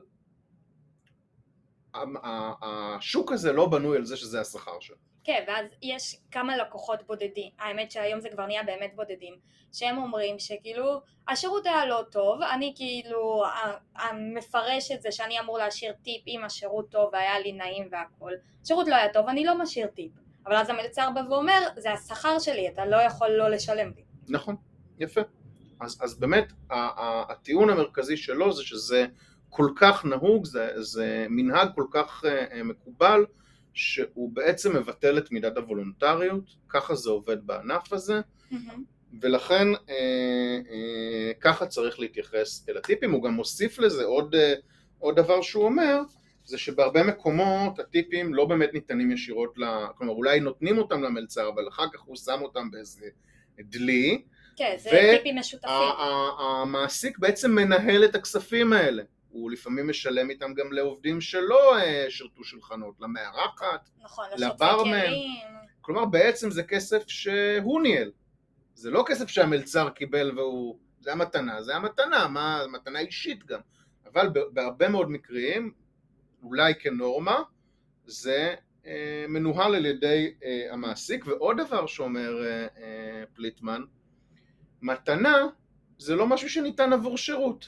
השוק הזה לא בנוי על זה שזה השכר שלו. כן, ואז יש כמה לקוחות בודדים, האמת שהיום זה כבר נהיה באמת בודדים, שהם אומרים שכאילו השירות היה לא טוב, אני כאילו מפרש את זה שאני אמור להשאיר טיפ אם השירות טוב והיה לי נעים והכל, השירות לא היה טוב, אני לא משאיר טיפ, אבל אז המלצר בא ואומר, זה השכר שלי, אתה לא יכול לא לשלם לי. נכון, יפה. אז באמת הטיעון המרכזי שלו זה שזה כל כך נהוג, זה מנהג כל כך מקובל, שהוא בעצם מבטל את מידת הוולונטריות, ככה זה עובד בענף הזה, ולכן ככה צריך להתייחס אל הטיפים. הוא גם מוסיף לזה עוד דבר שהוא אומר, זה שבהרבה מקומות הטיפים לא באמת ניתנים ישירות, כלומר אולי נותנים אותם למלצר, אבל אחר כך הוא שם אותם באיזה דלי, כן, זה טיפים משותפים. והמעסיק בעצם מנהל את הכספים האלה, הוא לפעמים משלם איתם גם לעובדים שלא שרתו שולחנות, למארחת, נכון, לברמן, כלומר בעצם זה כסף שהוא ניהל, זה לא כסף שהמלצר קיבל והוא, זה המתנה, זה המתנה, מתנה אישית גם, אבל בהרבה מאוד מקרים, אולי כנורמה, זה מנוהל על ידי המעסיק. ועוד דבר שאומר פליטמן, מתנה זה לא משהו שניתן עבור שירות.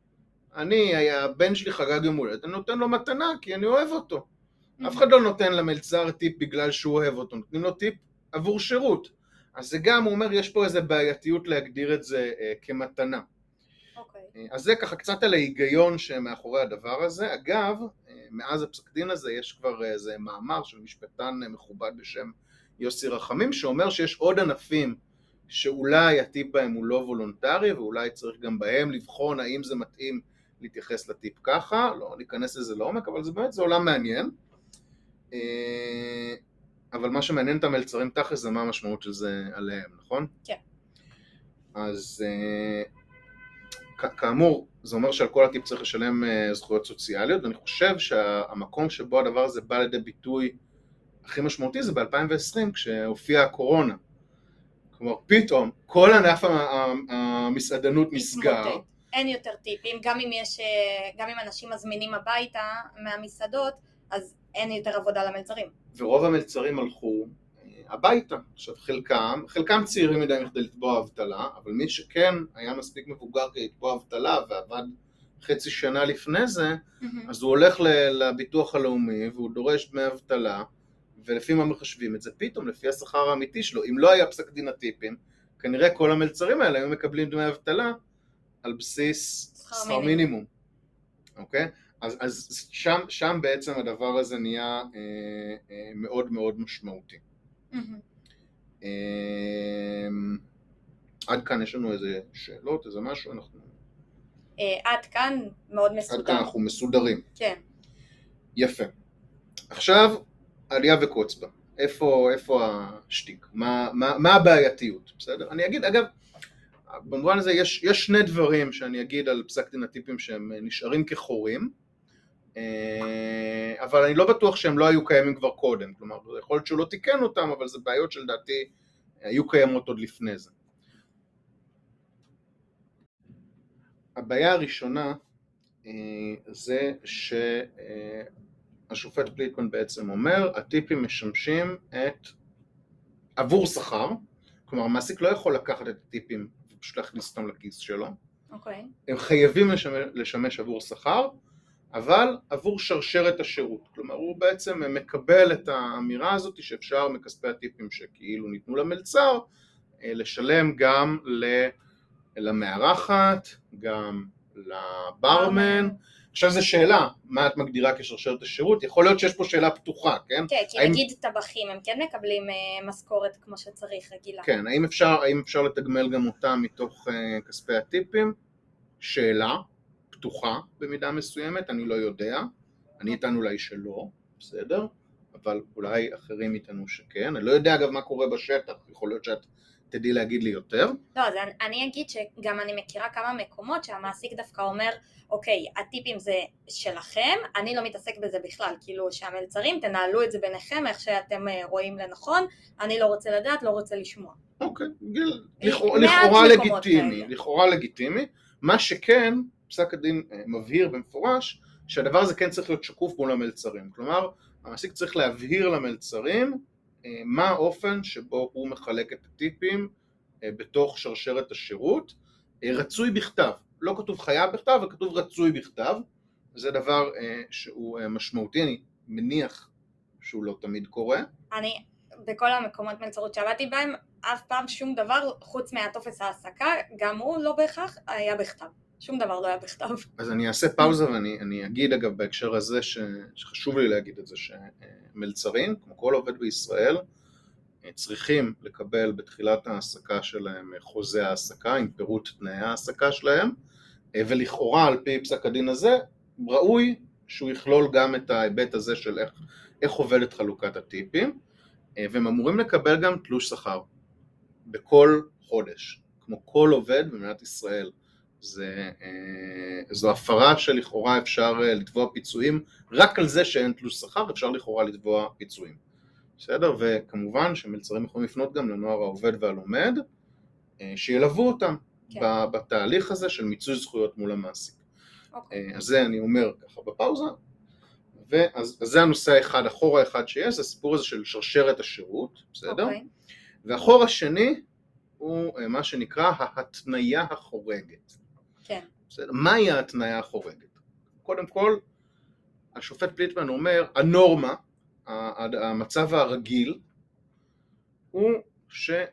הבן שלי חגג יום הולדת, אני נותן לו מתנה כי אני אוהב אותו. אף אחד לא נותן למלצר טיפ בגלל שהוא אוהב אותו, נותנים לו טיפ עבור שירות. אז זה גם, הוא אומר, יש פה איזו בעייתיות להגדיר את זה כמתנה. אז זה ככה קצת על ההיגיון שמאחורי הדבר הזה. אגב, מאז הפסק דין הזה יש כבר איזה מאמר של משפטן מכובד בשם יוסי רחמים, שאומר שיש עוד ענפים שאולי הטיפ בהם הוא לא וולונטרי, ואולי צריך גם בהם לבחון האם זה מתאים להתייחס לטיפ ככה, לא ניכנס לזה לעומק, אבל זה באמת, זה עולם מעניין. אבל מה שמעניין את המלצרים תכלס זה מה המשמעות של זה עליהם, נכון? כן. אז כאמור, זה אומר שעל כל הטיפ צריך לשלם זכויות סוציאליות, ואני חושב שהמקום שבו הדבר הזה בא לידי ביטוי הכי משמעותי זה ב-2020, כשהופיעה הקורונה. כלומר, פתאום כל ענף המסעדנות נסגר. אין יותר טיפים, גם אם אנשים מזמינים הביתה מהמסעדות, אז אין יותר עבודה למלצרים. ורוב המלצרים הלכו הביתה. עכשיו חלקם צעירים מדי כדי לתבוע אבטלה, אבל מי שכן היה מספיק מבוגר כדי לתבוע אבטלה ועבד חצי שנה לפני זה, אז הוא הולך לביטוח הלאומי והוא דורש דמי אבטלה, ולפי מה מחשבים את זה? פתאום לפי השכר האמיתי שלו. אם לא היה פסק דין הטיפים, כנראה כל המלצרים האלה היו מקבלים דמי אבטלה על בסיס שכר מינימום. אוקיי? אז שם בעצם הדבר הזה נהיה מאוד מאוד משמעותי. עד כאן יש לנו איזה שאלות, איזה משהו, עד כאן מאוד מסודר. עד כאן אנחנו מסודרים. כן. יפה. עכשיו, עלייה וקוץ בה. איפה השתיק? מה הבעייתיות? בסדר? אני אגיד, אגב, במובן הזה יש שני דברים שאני אגיד על פסק דין הטיפים שהם נשארים כחורים, אבל אני לא בטוח שהם לא היו קיימים כבר קודם. כלומר, יכול להיות שהוא לא תיקן אותם, אבל זה בעיות שלדעתי היו קיימות עוד לפני זה. הבעיה הראשונה זה שהשופט פליטמן בעצם אומר, הטיפים משמשים עבור שכר, כלומר המעסיק לא יכול לקחת את הטיפים ופשוט להכניס אותם לכיס שלו, הם חייבים לשמש עבור שכר, אבל עבור שרשרת השירות, כלומר הוא בעצם מקבל את האמירה הזאת שאפשר מכספי הטיפים שכאילו ניתנו למלצר, לשלם גם למארחת, גם לברמן. עכשיו זו שאלה, מה את מגדירה כשרשרת השירות? יכול להיות שיש פה שאלה פתוחה, כן? כן, כי נגיד טבחים, הם כן מקבלים משכורת כמו שצריך, רגילה. כן, האם אפשר לתגמל גם אותם מתוך כספי הטיפים? שאלה פתוחה במידה מסוימת, אני לא יודע, אני איתנו אולי שלא, בסדר? אבל אולי אחרים איתנו שכן, אני לא יודע אגב מה קורה בשטח, יכול להיות שאת תדעי להגיד לי יותר. לא, אז אני אגיד שגם אני מכירה כמה מקומות שהמעסיק דווקא אומר, אוקיי, הטיפים זה שלכם, אני לא מתעסק בזה בכלל, כאילו שהמלצרים תנהלו את זה ביניכם, איך שאתם רואים לנכון, אני לא רוצה לדעת, לא רוצה לשמוע. אוקיי, לכאורה לגיטימי, מה שכן, פסק הדין מבהיר במפורש, שהדבר הזה כן צריך להיות שקוף מול המלצרים, כלומר, המעסיק צריך להבהיר למלצרים, מה האופן שבו הוא מחלק את הטיפים בתוך שרשרת השירות, רצוי בכתב, לא כתוב חייב בכתב, אבל כתוב רצוי בכתב, זה דבר שהוא משמעותי, אני מניח שהוא לא תמיד קורה. אני בכל המקומות מלצרות שעבדתי בהם, אף פעם שום דבר חוץ מהטופס העסקה, גם הוא לא בהכרח היה בכתב. שום דבר לא היה בכתב. אז אני אעשה פאוזה ואני אגיד אגב בהקשר הזה שחשוב לי להגיד את זה, שמלצרים, כמו כל עובד בישראל, צריכים לקבל בתחילת העסקה שלהם חוזה העסקה עם פירוט תנאי העסקה שלהם, ולכאורה על פי פסק הדין הזה, ראוי שהוא יכלול גם את ההיבט הזה של איך עובדת חלוקת הטיפים, והם אמורים לקבל גם תלוש שכר בכל חודש, כמו כל עובד במדינת ישראל. זו הפרה שלכאורה אפשר לתבוע פיצויים, רק על זה שאין תלוש שכר אפשר לכאורה לתבוע פיצויים. בסדר? וכמובן שמלצרים יכולים לפנות גם לנוער העובד והלומד, שילוו אותם בתהליך הזה של מיצוי זכויות מול המעסיק. אז זה אני אומר ככה בפאוזה, אז זה הנושא האחד, החור האחד שיש, זה הסיפור הזה של שרשרת השירות, בסדר? והחור השני הוא מה שנקרא ההתניה החורגת. כן. בסדר? מהי ההתניה החורגת? קודם כל, השופט פליטמן אומר, הנורמה, המצב הרגיל, הוא שעל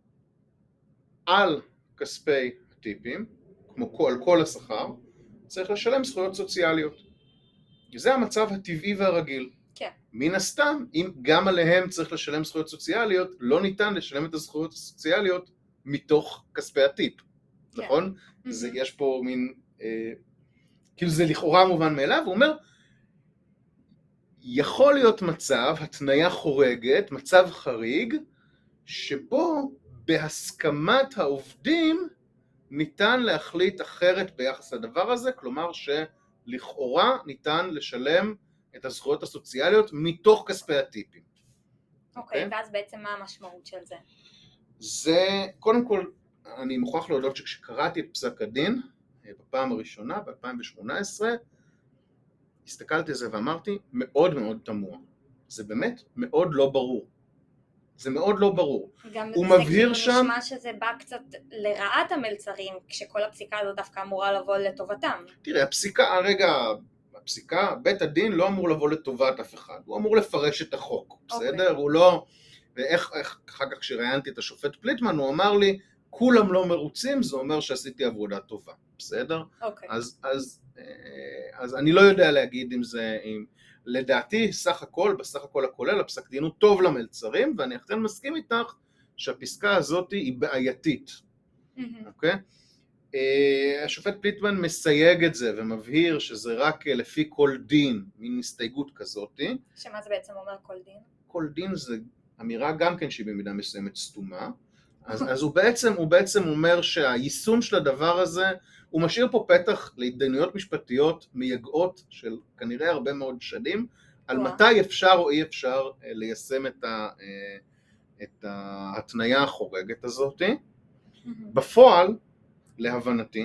כספי הטיפים, כמו על כל השכר, צריך לשלם זכויות סוציאליות. זה המצב הטבעי והרגיל. כן. מן הסתם, אם גם עליהם צריך לשלם זכויות סוציאליות, לא ניתן לשלם את הזכויות הסוציאליות מתוך כספי הטיפ. כן. נכון? יש פה מין, כאילו זה לכאורה מובן מאליו, הוא אומר, יכול להיות מצב, התניה חורגת, מצב חריג, שבו בהסכמת העובדים ניתן להחליט אחרת ביחס לדבר הזה, כלומר שלכאורה ניתן לשלם את הזכויות הסוציאליות מתוך כספי הטיפים. אוקיי, ואז בעצם מה המשמעות של זה? זה, קודם כל, אני מוכרח להודות שכשקראתי את פסק הדין, בפעם הראשונה, ב-2018, הסתכלתי על זה ואמרתי, מאוד מאוד תמוה. זה באמת מאוד לא ברור. זה מאוד לא ברור. הוא מבהיר שם... גם נשמע שזה בא קצת לרעת המלצרים, כשכל הפסיקה הזו דווקא אמורה לבוא לטובתם. תראה, הפסיקה, בית הדין לא אמור לבוא לטובת אף אחד. הוא אמור לפרש את החוק, בסדר? הוא לא... ואיך אחר כך כשראיינתי את השופט פליטמן, הוא אמר לי, כולם לא מרוצים, זה אומר שעשיתי עבודה טובה, בסדר? אוקיי. אז אני לא יודע להגיד אם זה, לדעתי, בסך הכל הכולל, הפסק דין הוא טוב למלצרים, ואני אכן מסכים איתך שהפסקה הזאת היא בעייתית, אוקיי? השופט פליטמן מסייג את זה ומבהיר שזה רק לפי כל דין, מין הסתייגות כזאת. שמה זה בעצם אומר כל דין? כל דין זה אמירה גם כן שהיא במידה מסוימת סתומה, אז הוא בעצם אומר שהיישום של הדבר הזה, הוא משאיר פה פתח להתדיינויות משפטיות מייגעות של כנראה הרבה מאוד שנים, על מתי אפשר או אי אפשר ליישם את ההתניה החורגת הזאת. בפועל, להבנתי,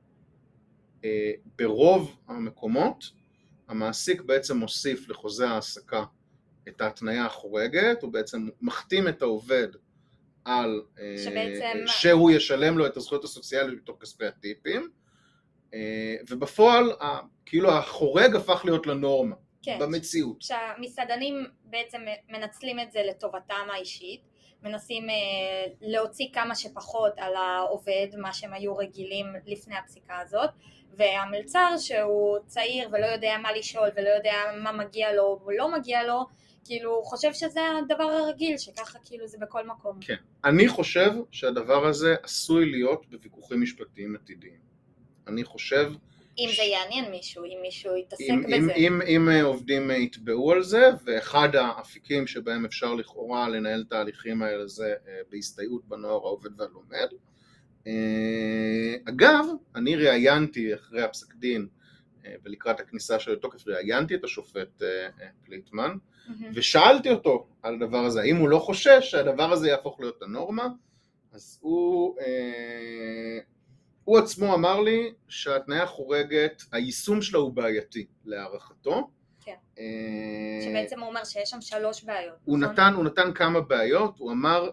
ברוב המקומות, המעסיק בעצם מוסיף לחוזה העסקה את ההתניה החורגת, הוא בעצם מחתים את העובד על שהוא ישלם לו את הזכויות הסוציאליות בתוך כספי הטיפים, ובפועל כאילו החורג הפך להיות לנורמה, כן, במציאות. שהמסעדנים בעצם מנצלים את זה לטובתם האישית, מנסים להוציא כמה שפחות על העובד, מה שהם היו רגילים לפני הפסיקה הזאת, והמלצר שהוא צעיר ולא יודע מה לשאול ולא יודע מה מגיע לו ולא מגיע לו, כאילו חושב שזה הדבר הרגיל, שככה כאילו זה בכל מקום. כן, אני חושב שהדבר הזה עשוי להיות בוויכוחים משפטיים עתידיים. אני חושב... אם זה יעניין מישהו, אם מישהו יתעסק בזה. אם עובדים יתבעו על זה, ואחד האפיקים שבהם אפשר לכאורה לנהל תהליכים האלה זה בהסתייעות בנוער העובד והלומד. אגב, אני ראיינתי אחרי הפסק דין, ולקראת הכניסה של התוקף, ראיינתי את השופט פליטמן, ושאלתי אותו על הדבר הזה, האם הוא לא חושש שהדבר הזה יהפוך להיות הנורמה, אז הוא עצמו אמר לי שההתניה חורגת, היישום שלה הוא בעייתי להערכתו. כן, שבעצם הוא אומר שיש שם 3 בעיות. הוא נתן כמה בעיות, הוא אמר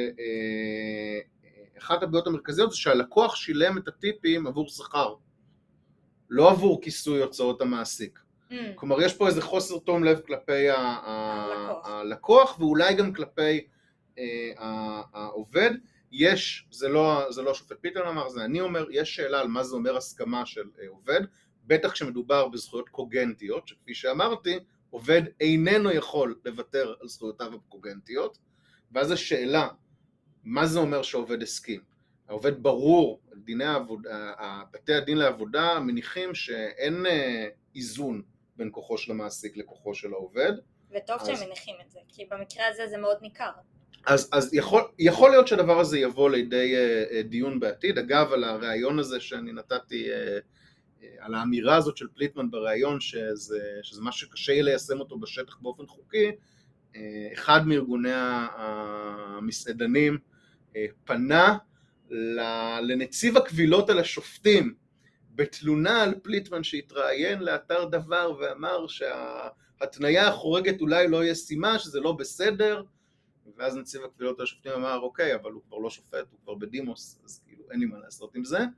שאחת הבעיות המרכזיות זה שהלקוח שילם את הטיפים עבור שכר, לא עבור כיסוי הוצאות המעסיק. כלומר, יש פה איזה חוסר תום לב כלפי הלקוח, ואולי גם כלפי העובד. זה לא השופט פליטמן אמר, זה אני אומר, יש שאלה על מה זה אומר הסכמה של עובד, בטח כשמדובר בזכויות קוגנטיות, שכפי שאמרתי, עובד איננו יכול לוותר על זכויותיו הקוגנטיות, ואז השאלה, מה זה אומר שהעובד הסכים? העובד ברור, בתי הדין לעבודה מניחים שאין איזון בין כוחו של המעסיק לכוחו של העובד. וטוב שהם מניחים את זה, כי במקרה הזה זה מאוד ניכר. אז יכול להיות שהדבר הזה יבוא לידי דיון בעתיד. אגב, על הרעיון הזה שאני נתתי, על האמירה הזאת של פליטמן ברעיון, שזה משהו שקשה יהיה ליישם אותו בשטח באופן חוקי, אחד מארגוני המסעדנים פנה לנציב הקבילות על השופטים, בתלונה על פליטמן שהתראיין לאתר דבר, ואמר שההתניה החורגת אולי לא ישימה, שזה לא בסדר, ואז נציב הקבילות על השופטים אמר, אוקיי, אבל הוא כבר לא שופט, הוא כבר בדימוס, אז כאילו אין לי מה לעשות עם זה,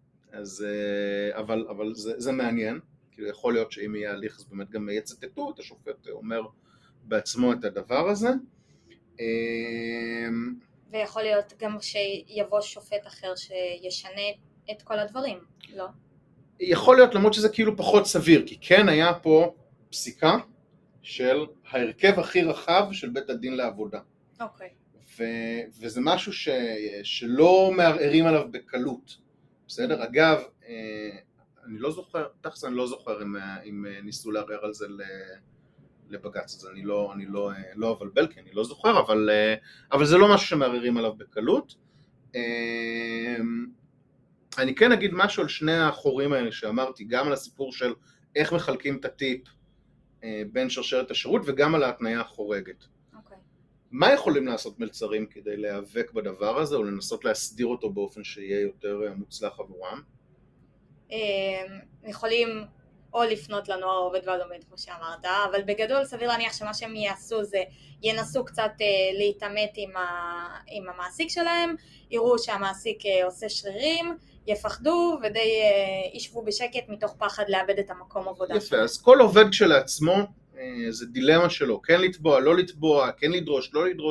אבל זה מעניין, כאילו יכול להיות שאם יהיה הליך, אז באמת גם יצטטו את השופט, אומר בעצמו את הדבר הזה. ויכול להיות גם שיבוא שופט אחר שישנה את כל הדברים, לא? יכול להיות, למרות שזה כאילו פחות סביר, כי כן היה פה פסיקה של ההרכב הכי רחב של בית הדין לעבודה. אוקיי. וזה משהו שלא מערערים עליו בקלות. בסדר? אגב, אני לא זוכר, תכף אני לא זוכר אם ניסו לערער על זה לבג"ץ, אז אני לא אבלבל, כי אני לא זוכר, אבל זה לא משהו שמערערים עליו בקלות. אני כן אגיד משהו על שני החורים האלה שאמרתי, גם על הסיפור של איך מחלקים את הטיפ בין שרשרת השירות, וגם על ההתניה החורגת. אוקיי. מה יכולים לעשות מלצרים כדי להיאבק בדבר הזה, או לנסות להסדיר אותו באופן שיהיה יותר מוצלח עבורם? יכולים או לפנות לנוער העובד והלומד, כמו שאמרת, אבל בגדול סביר להניח שמה שהם יעשו זה ינסו קצת להתעמת עם המעסיק שלהם, יראו שהמעסיק עושה שרירים, יפחדו ודי ישבו בשקט מתוך פחד לאבד את המקום עבודה. יפה, אז כל עובד כשלעצמו זה דילמה שלו, כן לתבוע, לא לתבוע, כן לדרוש, לא לדרוש.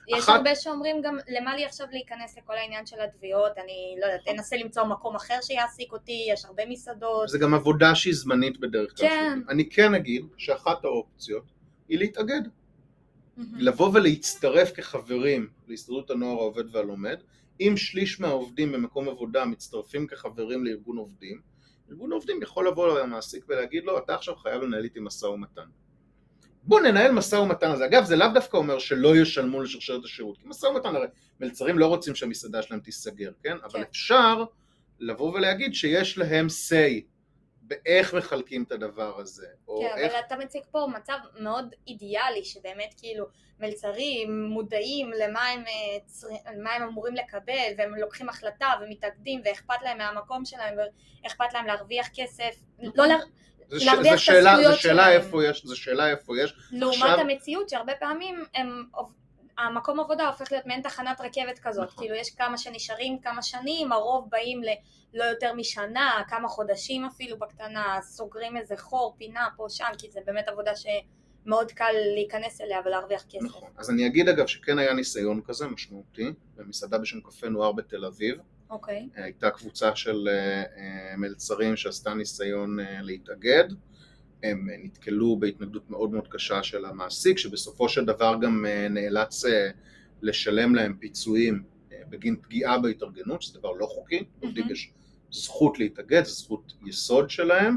יש הרבה שאומרים גם, למה לי עכשיו להיכנס לכל העניין של התביעות, אני לא יודעת, אנסה למצוא מקום אחר שיעסיק אותי, יש הרבה מסעדות. זה גם עבודה שהיא זמנית בדרך כלל. כן. אני כן אגיד שאחת האופציות היא להתאגד. לבוא ולהצטרף כחברים להסתדרות הנוער העובד והלומד, אם שליש מהעובדים במקום עבודה מצטרפים כחברים לארגון עובדים, ארגון עובדים יכול לבוא למעסיק ולהגיד לו, אתה עכשיו חייב לנהל איתי משא ומתן. בוא ננהל משא ומתן הזה. אגב, זה לאו דווקא אומר שלא ישלמו לשרשרת השירות, כי משא ומתן, הרי מלצרים לא רוצים שהמסעדה שלהם תיסגר, כן? אבל אפשר לבוא ולהגיד שיש להם say באיך מחלקים את הדבר הזה. כן, אבל אתה מציג פה מצב מאוד אידיאלי, שבאמת כאילו מלצרים מודעים למה הם אמורים לקבל, והם לוקחים החלטה ומתאגדים, ואכפת להם מהמקום שלהם, ואכפת להם להרוויח כסף, לא להרוויח את הזכויות שלהם. זו שאלה איפה יש. לעומת המציאות שהרבה פעמים המקום עבודה הופך להיות מעין תחנת רכבת כזאת, כאילו יש כמה שנשארים כמה שנים, הרוב באים לא יותר משנה, כמה חודשים אפילו בקטנה, סוגרים איזה חור, פינה פה שם, כי זה באמת עבודה שמאוד קל להיכנס אליה ולהרוויח כסף. נכון, אז אני אגיד אגב שכן היה ניסיון כזה משמעותי, במסעדה בשם קפה נוער בתל אביב. אוקיי. הייתה קבוצה של מלצרים שעשתה ניסיון להתאגד, הם נתקלו בהתנגדות מאוד מאוד קשה של המעסיק, שבסופו של דבר גם נאלץ לשלם להם פיצויים בגין פגיעה בהתארגנות, שזה דבר לא חוקי, עובדים יש זכות להתאגד, זו זכות יסוד שלהם,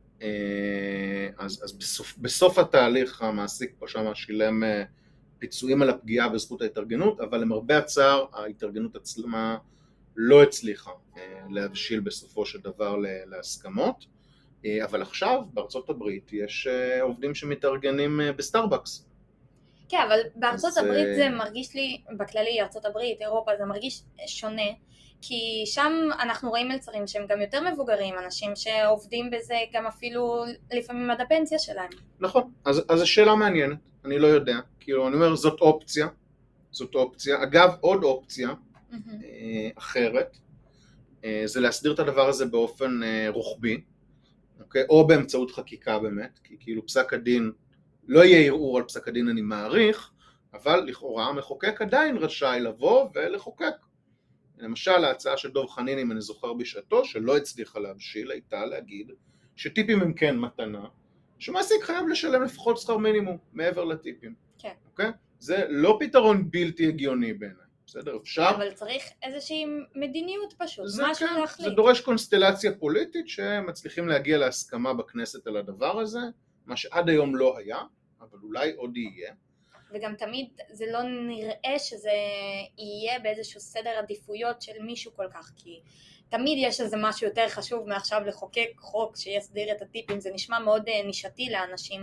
אז בסוף התהליך המעסיק פה שם שילם פיצויים על הפגיעה בזכות ההתארגנות, אבל למרבה הצער ההתארגנות עצמה לא הצליחה להבשיל בסופו של דבר להסכמות, אבל עכשיו בארצות הברית יש עובדים שמתארגנים בסטארבקס. כן, אבל בארצות הברית זה מרגיש לי, בכללי ארצות הברית, אירופה, זה מרגיש שונה, כי שם אנחנו רואים מלצרים שהם גם יותר מבוגרים, אנשים שעובדים בזה גם אפילו לפעמים עד הפנסיה שלהם. נכון, אז השאלה מעניינת, אני לא יודע, כאילו אני אומר זאת אופציה, אגב עוד אופציה אחרת, זה להסדיר את הדבר הזה באופן רוחבי, אוקיי? או באמצעות חקיקה באמת, כי כאילו פסק הדין, לא יהיה ערעור על פסק הדין אני מעריך, אבל לכאורה המחוקק עדיין רשאי לבוא ולחוקק. למשל ההצעה של דוב חנין, אם אני זוכר בשעתו, שלא הצליחה להבשיל, הייתה להגיד שטיפים הם כן מתנה, שמעסיק חייב לשלם לפחות שכר מינימום מעבר לטיפים. כן. אוקיי? זה לא פתרון בלתי הגיוני בעיניי. בסדר, אפשר. אבל צריך איזושהי מדיניות פשוט, משהו להחליט. זה דורש קונסטלציה פוליטית שמצליחים להגיע להסכמה בכנסת על הדבר הזה, מה שעד היום לא היה, אבל אולי עוד יהיה. וגם תמיד זה לא נראה שזה יהיה באיזשהו סדר עדיפויות של מישהו כל כך, כי תמיד יש איזה משהו יותר חשוב מעכשיו לחוקק חוק שיסדיר את הטיפים, זה נשמע מאוד נישתי לאנשים,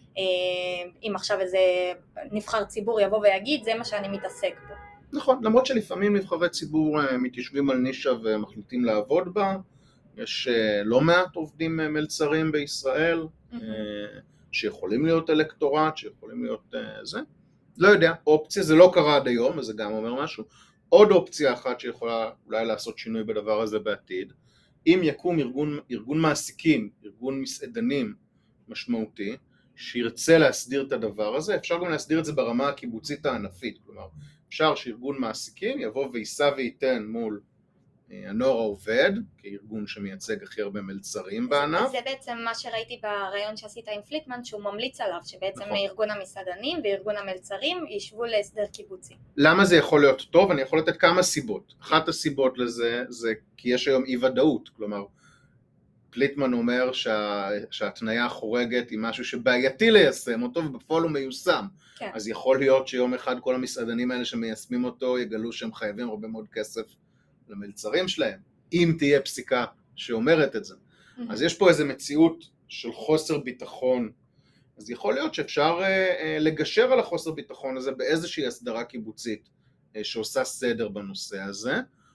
אם עכשיו איזה נבחר ציבור יבוא ויגיד, זה מה שאני מתעסק פה. נכון, למרות שלפעמים נבחרי ציבור מתיישבים על נישה ומחליטים לעבוד בה, יש לא מעט עובדים מלצרים בישראל, שיכולים להיות אלקטורט, שיכולים להיות זה. לא יודע, אופציה, זה לא קרה עד היום, אז זה גם אומר משהו. עוד אופציה אחת שיכולה אולי לעשות שינוי בדבר הזה בעתיד, אם יקום ארגון מעסיקים, ארגון מסעדנים משמעותי, שירצה להסדיר את הדבר הזה, אפשר גם להסדיר את זה ברמה הקיבוצית הענפית, כלומר, אפשר שארגון מעסיקים יבוא ויישא וייתן מול הנוער העובד, כארגון שמייצג הכי הרבה מלצרים בענף. זה בעצם מה שראיתי ברעיון שעשית עם פליטמן, שהוא ממליץ עליו, שבעצם ארגון המסעדנים וארגון המלצרים ישבו להסדר קיבוצי. למה זה יכול להיות טוב? אני יכול לתת כמה סיבות. אחת הסיבות לזה זה כי יש היום אי ודאות, כלומר, פליטמן אומר שהתניה החורגת היא משהו שבעייתי ליישם אותו ובפועל הוא מיושם. כן. אז יכול להיות שיום אחד כל המסעדנים האלה שמיישמים אותו יגלו שהם חייבים הרבה מאוד כסף למלצרים שלהם, אם תהיה פסיקה שאומרת את זה. אז יש פה איזו מציאות של חוסר ביטחון, אז יכול להיות שאפשר לגשר על החוסר ביטחון הזה באיזושהי הסדרה קיבוצית שעושה סדר בנושא הזה.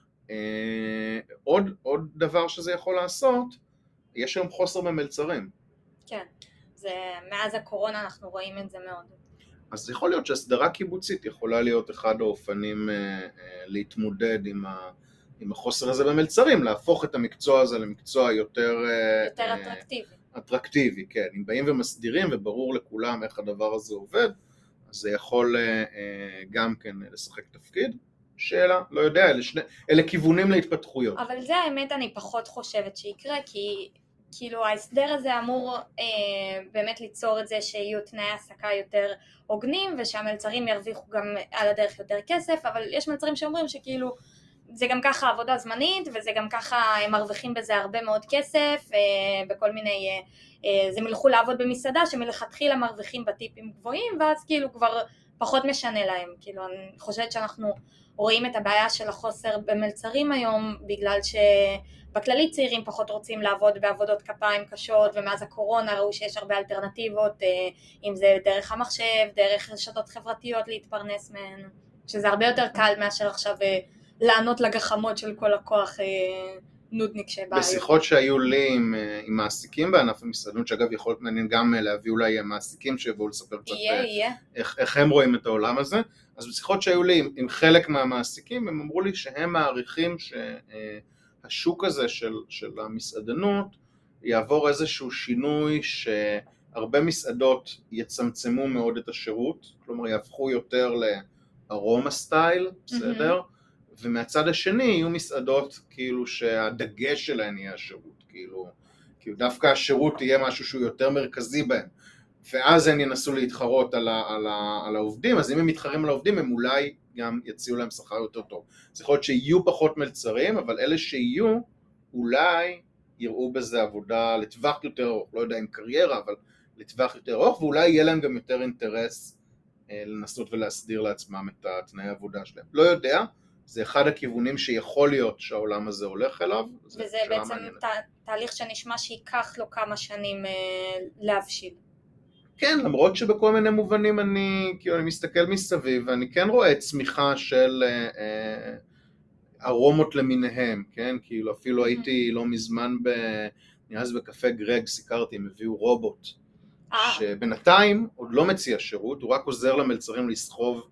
עוד דבר שזה יכול לעשות, יש היום חוסר במלצרים. כן, מאז הקורונה אנחנו רואים את זה מאוד. אז יכול להיות שהסדרה קיבוצית יכולה להיות אחד האופנים להתמודד עם החוסר הזה במלצרים, להפוך את המקצוע הזה למקצוע יותר אטרקטיבי. אטרקטיבי, כן. אם באים ומסדירים וברור לכולם איך הדבר הזה עובד, אז זה יכול גם כן לשחק תפקיד. שאלה, לא יודע, אלה כיוונים להתפתחויות. אבל זה האמת אני פחות חושבת שיקרה, כי כאילו ההסדר הזה אמור באמת ליצור את זה שיהיו תנאי העסקה יותר הוגנים, ושהמלצרים ירוויחו גם על הדרך יותר כסף, אבל יש מלצרים שאומרים שכאילו זה גם ככה עבודה זמנית, וזה גם ככה הם מרוויחים בזה הרבה מאוד כסף, בכל מיני, זה מלכו לעבוד במסעדה שמלכתחילה מרוויחים בטיפים גבוהים, ואז כאילו כבר פחות משנה להם. כאילו אני חושבת שאנחנו רואים את הבעיה של החוסר במלצרים היום, בגלל שבכללי צעירים פחות רוצים לעבוד בעבודות כפיים קשות, ומאז הקורונה ראו שיש הרבה אלטרנטיבות, אם זה דרך המחשב, דרך רשתות חברתיות להתפרנס מהן, שזה הרבה יותר קל מאשר עכשיו לענות לגחמות של כל הכוח נודניק שבא. בשיחות שהיו לי עם מעסיקים בענף המסעדנות, שאגב יכול להיות מעניין גם להביא אולי מעסיקים שיבואו לספר קצת איך הם רואים את העולם הזה, אז בשיחות שהיו לי עם חלק מהמעסיקים, הם אמרו לי שהם מעריכים שהשוק הזה של המסעדנות יעבור איזשהו שינוי, שהרבה מסעדות יצמצמו מאוד את השירות, כלומר יהפכו יותר לארומה סטייל, בסדר? ומהצד השני יהיו מסעדות כאילו שהדגש שלהן יהיה השירות, כאילו דווקא השירות יהיה משהו שהוא יותר מרכזי בהם, ואז הם ינסו להתחרות על העובדים, אז אם הם מתחרים על העובדים הם אולי גם יציעו להם שכר יותר טוב. זה יכול להיות שיהיו פחות מלצרים, אבל אלה שיהיו אולי יראו בזה עבודה לטווח יותר ארוך, לא יודע אם קריירה, אבל לטווח יותר ארוך, ואולי יהיה להם גם יותר אינטרס לנסות ולהסדיר לעצמם את תנאי העבודה שלהם. לא יודע, זה אחד הכיוונים שיכול להיות שהעולם הזה הולך אליו. וזה בעצם תהליך שנשמע שייקח לו כמה שנים להבשיל. כן, למרות שבכל מיני מובנים אני מסתכל מסביב, ואני כן רואה צמיחה של ארומות למיניהם, כן? כאילו אפילו הייתי לא מזמן אז בקפה גרג סיקרתי, הם הביאו רובוט, שבינתיים עוד לא מציע שירות, הוא רק עוזר למלצרים לסחוב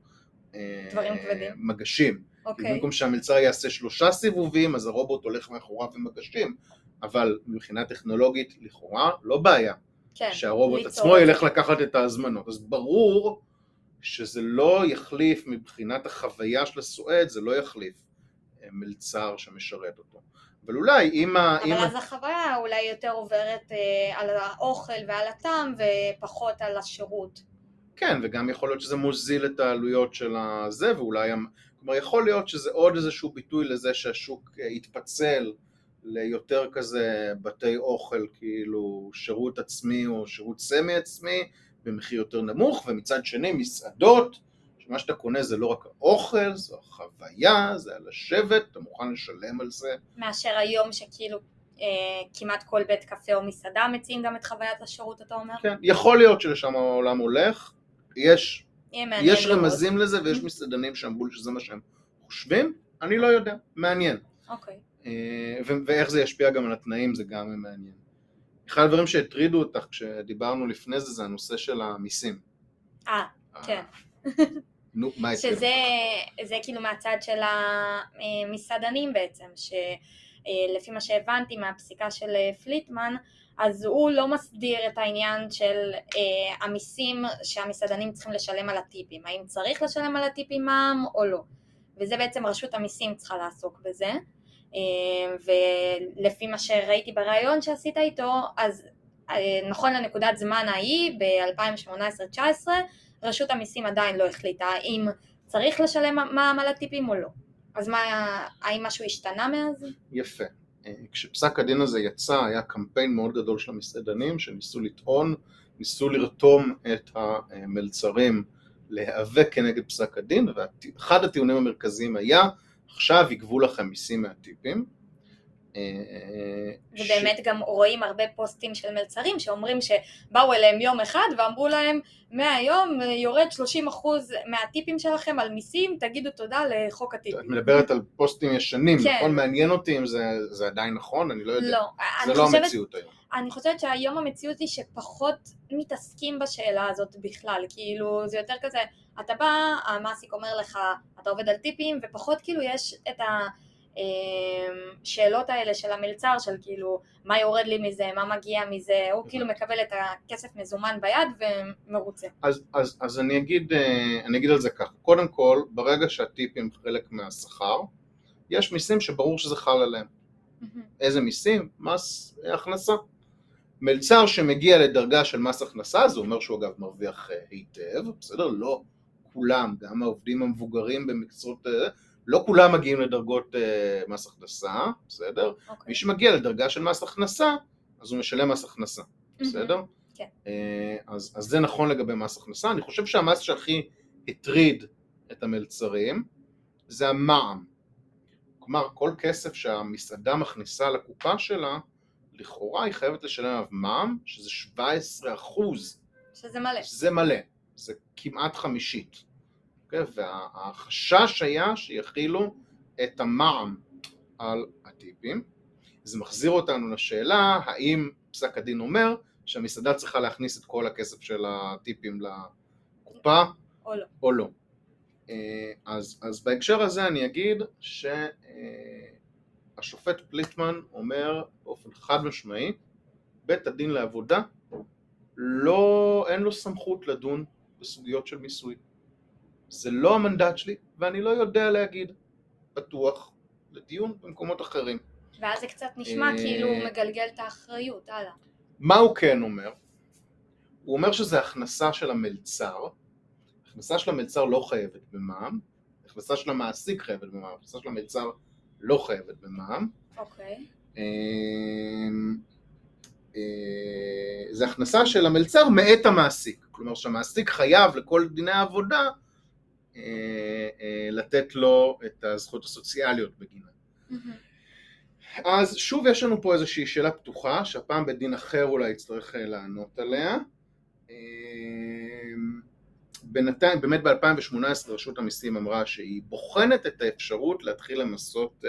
מגשים. במקום שהמלצר יעשה 3 סיבובים, אז הרובוט הולך מאחוריו ומגשים, אבל מבחינה טכנולוגית לכאורה לא בעיה. שהרובוט עצמו ילך לקחת את ההזמנות, אז ברור שזה לא יחליף מבחינת החוויה של הסועד, זה לא יחליף מלצר שמשרת אותו. אבל אולי אבל אז החוויה אולי יותר עוברת על האוכל ועל הטעם ופחות על השירות. כן, וגם יכול להיות שזה מוזיל את העלויות של הזה, ואולי, כלומר יכול להיות שזה עוד איזשהו ביטוי לזה שהשוק יתפצל ליותר כזה בתי אוכל, כאילו שירות עצמי או שירות סמי עצמי, במחיר יותר נמוך, ומצד שני מסעדות, שמה שאתה קונה זה לא רק האוכל, זו החוויה, זה לשבת, אתה מוכן לשלם על זה. מאשר היום שכאילו כמעט כל בית קפה או מסעדה מציעים גם את חוויית השירות, אתה אומר? כן, יכול להיות שלשם העולם הולך, יש רמזים לזה, ויש מסעדנים שאמרו לי שזה מה שהם חושבים, אני לא יודע, מעניין. אוקיי. ואיך זה ישפיע גם על התנאים, זה גם מעניין. אחד הדברים שהטרידו אותך כשדיברנו לפני זה, זה הנושא של המיסים. כן. נו, מה שזה זה כאילו מהצד של המסעדנים בעצם, שלפי מה שהבנתי מהפסיקה של פליטמן, אז הוא לא מסדיר את העניין של המיסים שהמסעדנים צריכים לשלם על הטיפים, האם צריך לשלם על הטיפים מע"מ או לא, וזה בעצם רשות המיסים צריכה לעסוק בזה, ולפי מה שראיתי ברעיון שעשית איתו, אז נכון לנקודת זמן ההיא ב-2018-2019 רשות המיסים עדיין לא החליטה אם צריך לשלם מע"מ על הטיפים או לא. אז האם משהו השתנה מאז? יפה. כשפסק הדין הזה יצא, היה קמפיין מאוד גדול של המסעדנים שניסו לטעון, ניסו לרתום את המלצרים להיאבק כנגד פסק הדין, ואחד הטיעונים המרכזיים היה, עכשיו יגבו לכם מיסים מהטיפים. ובאמת גם רואים הרבה פוסטים של מלצרים שאומרים שבאו אליהם יום אחד ואמרו להם, מהיום יורד 30% מהטיפים שלכם על מיסים, תגידו תודה לחוק הטיפים. את מדברת על פוסטים ישנים, נכון? מעניין אותי אם זה עדיין נכון, אני לא יודע. לא. זה לא המציאות היום. אני חושבת שהיום המציאות היא שפחות מתעסקים בשאלה הזאת בכלל, כאילו זה יותר כזה, אתה בא, המעסיק אומר לך, אתה עובד על טיפים, ופחות כאילו יש את שאלות האלה של המלצר, של כאילו מה יורד לי מזה, מה מגיע מזה, הוא כאילו מקבל את הכסף מזומן ביד ומרוצה. אז אני אגיד על זה ככה, קודם כל, ברגע שהטיפים חלק מהשכר, יש מיסים שברור שזה חל עליהם. איזה מיסים? מס הכנסה. מלצר שמגיע לדרגה של מס הכנסה, זה אומר שהוא אגב מרוויח היטב, בסדר? לא כולם, גם העובדים המבוגרים במקצועות, לא כולם מגיעים לדרגות מס הכנסה, בסדר? מי שמגיע לדרגה של מס הכנסה, אז הוא משלם מס הכנסה, בסדר? כן. אז זה נכון לגבי מס הכנסה. אני חושב שהמס שהכי הטריד את המלצרים, זה המע"מ. כלומר, כל כסף שהמסעדה מכניסה לקופה שלה, לכאורה היא חייבת לשלם עליו מע"מ, שזה 17%. שזה מלא. שזה מלא, זה כמעט 50%. והחשש היה שיחילו את המע"מ על הטיפים. זה מחזיר אותנו לשאלה, האם פסק הדין אומר שהמסעדה צריכה להכניס את כל הכסף של הטיפים לקופה או לא. אז בהקשר הזה אני אגיד שהשופט פליטמן אומר באופן חד משמעי, בית הדין לעבודה אין לו סמכות לדון בסוגיות של מיסוי. זה לא המנדט שלי, ואני לא יודע להגיד פתוח לדיון במקומות אחרים. ואז זה קצת נשמע כאילו הוא מגלגל את האחריות, הלאה. מה הוא כן אומר? הוא אומר שזה הכנסה של המלצר, הכנסה של המלצר לא חייבת במע"מ, הכנסה של המעסיק חייבת במע"מ, הכנסה של המלצר לא חייבת במע"מ. אוקיי. זה הכנסה של המלצר מאת המעסיק, כלומר שהמעסיק חייב לכל דיני העבודה לתת לו את הזכויות הסוציאליות בגינה. אז שוב יש לנו פה איזושהי שאלה פתוחה, שהפעם בדין אחר אולי יצטרך לענות עליה. בינתיים, באמת ב-2018 רשות המיסים אמרה שהיא בוחנת את האפשרות להתחיל למסות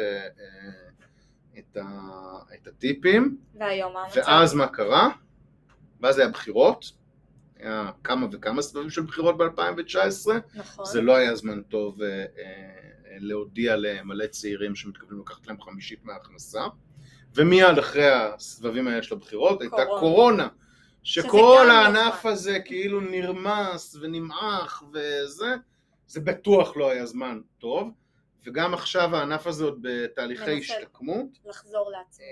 את הטיפים. והיום ואז מה קרה? ואז היה בחירות, היה כמה וכמה סבבים של בחירות ב-2019. נכון. זה לא היה זמן טוב להודיע למלא צעירים שמתכוונים לקחת להם 50% מההכנסה. ומיד אחרי הסבבים האלה של הבחירות הייתה קורונה. שכל הענף הזה כאילו נרמס ונמעך וזה, זה בטוח לא היה זמן טוב, וגם עכשיו הענף הזה עוד בתהליכי השתקמות. לחזור לעצמו.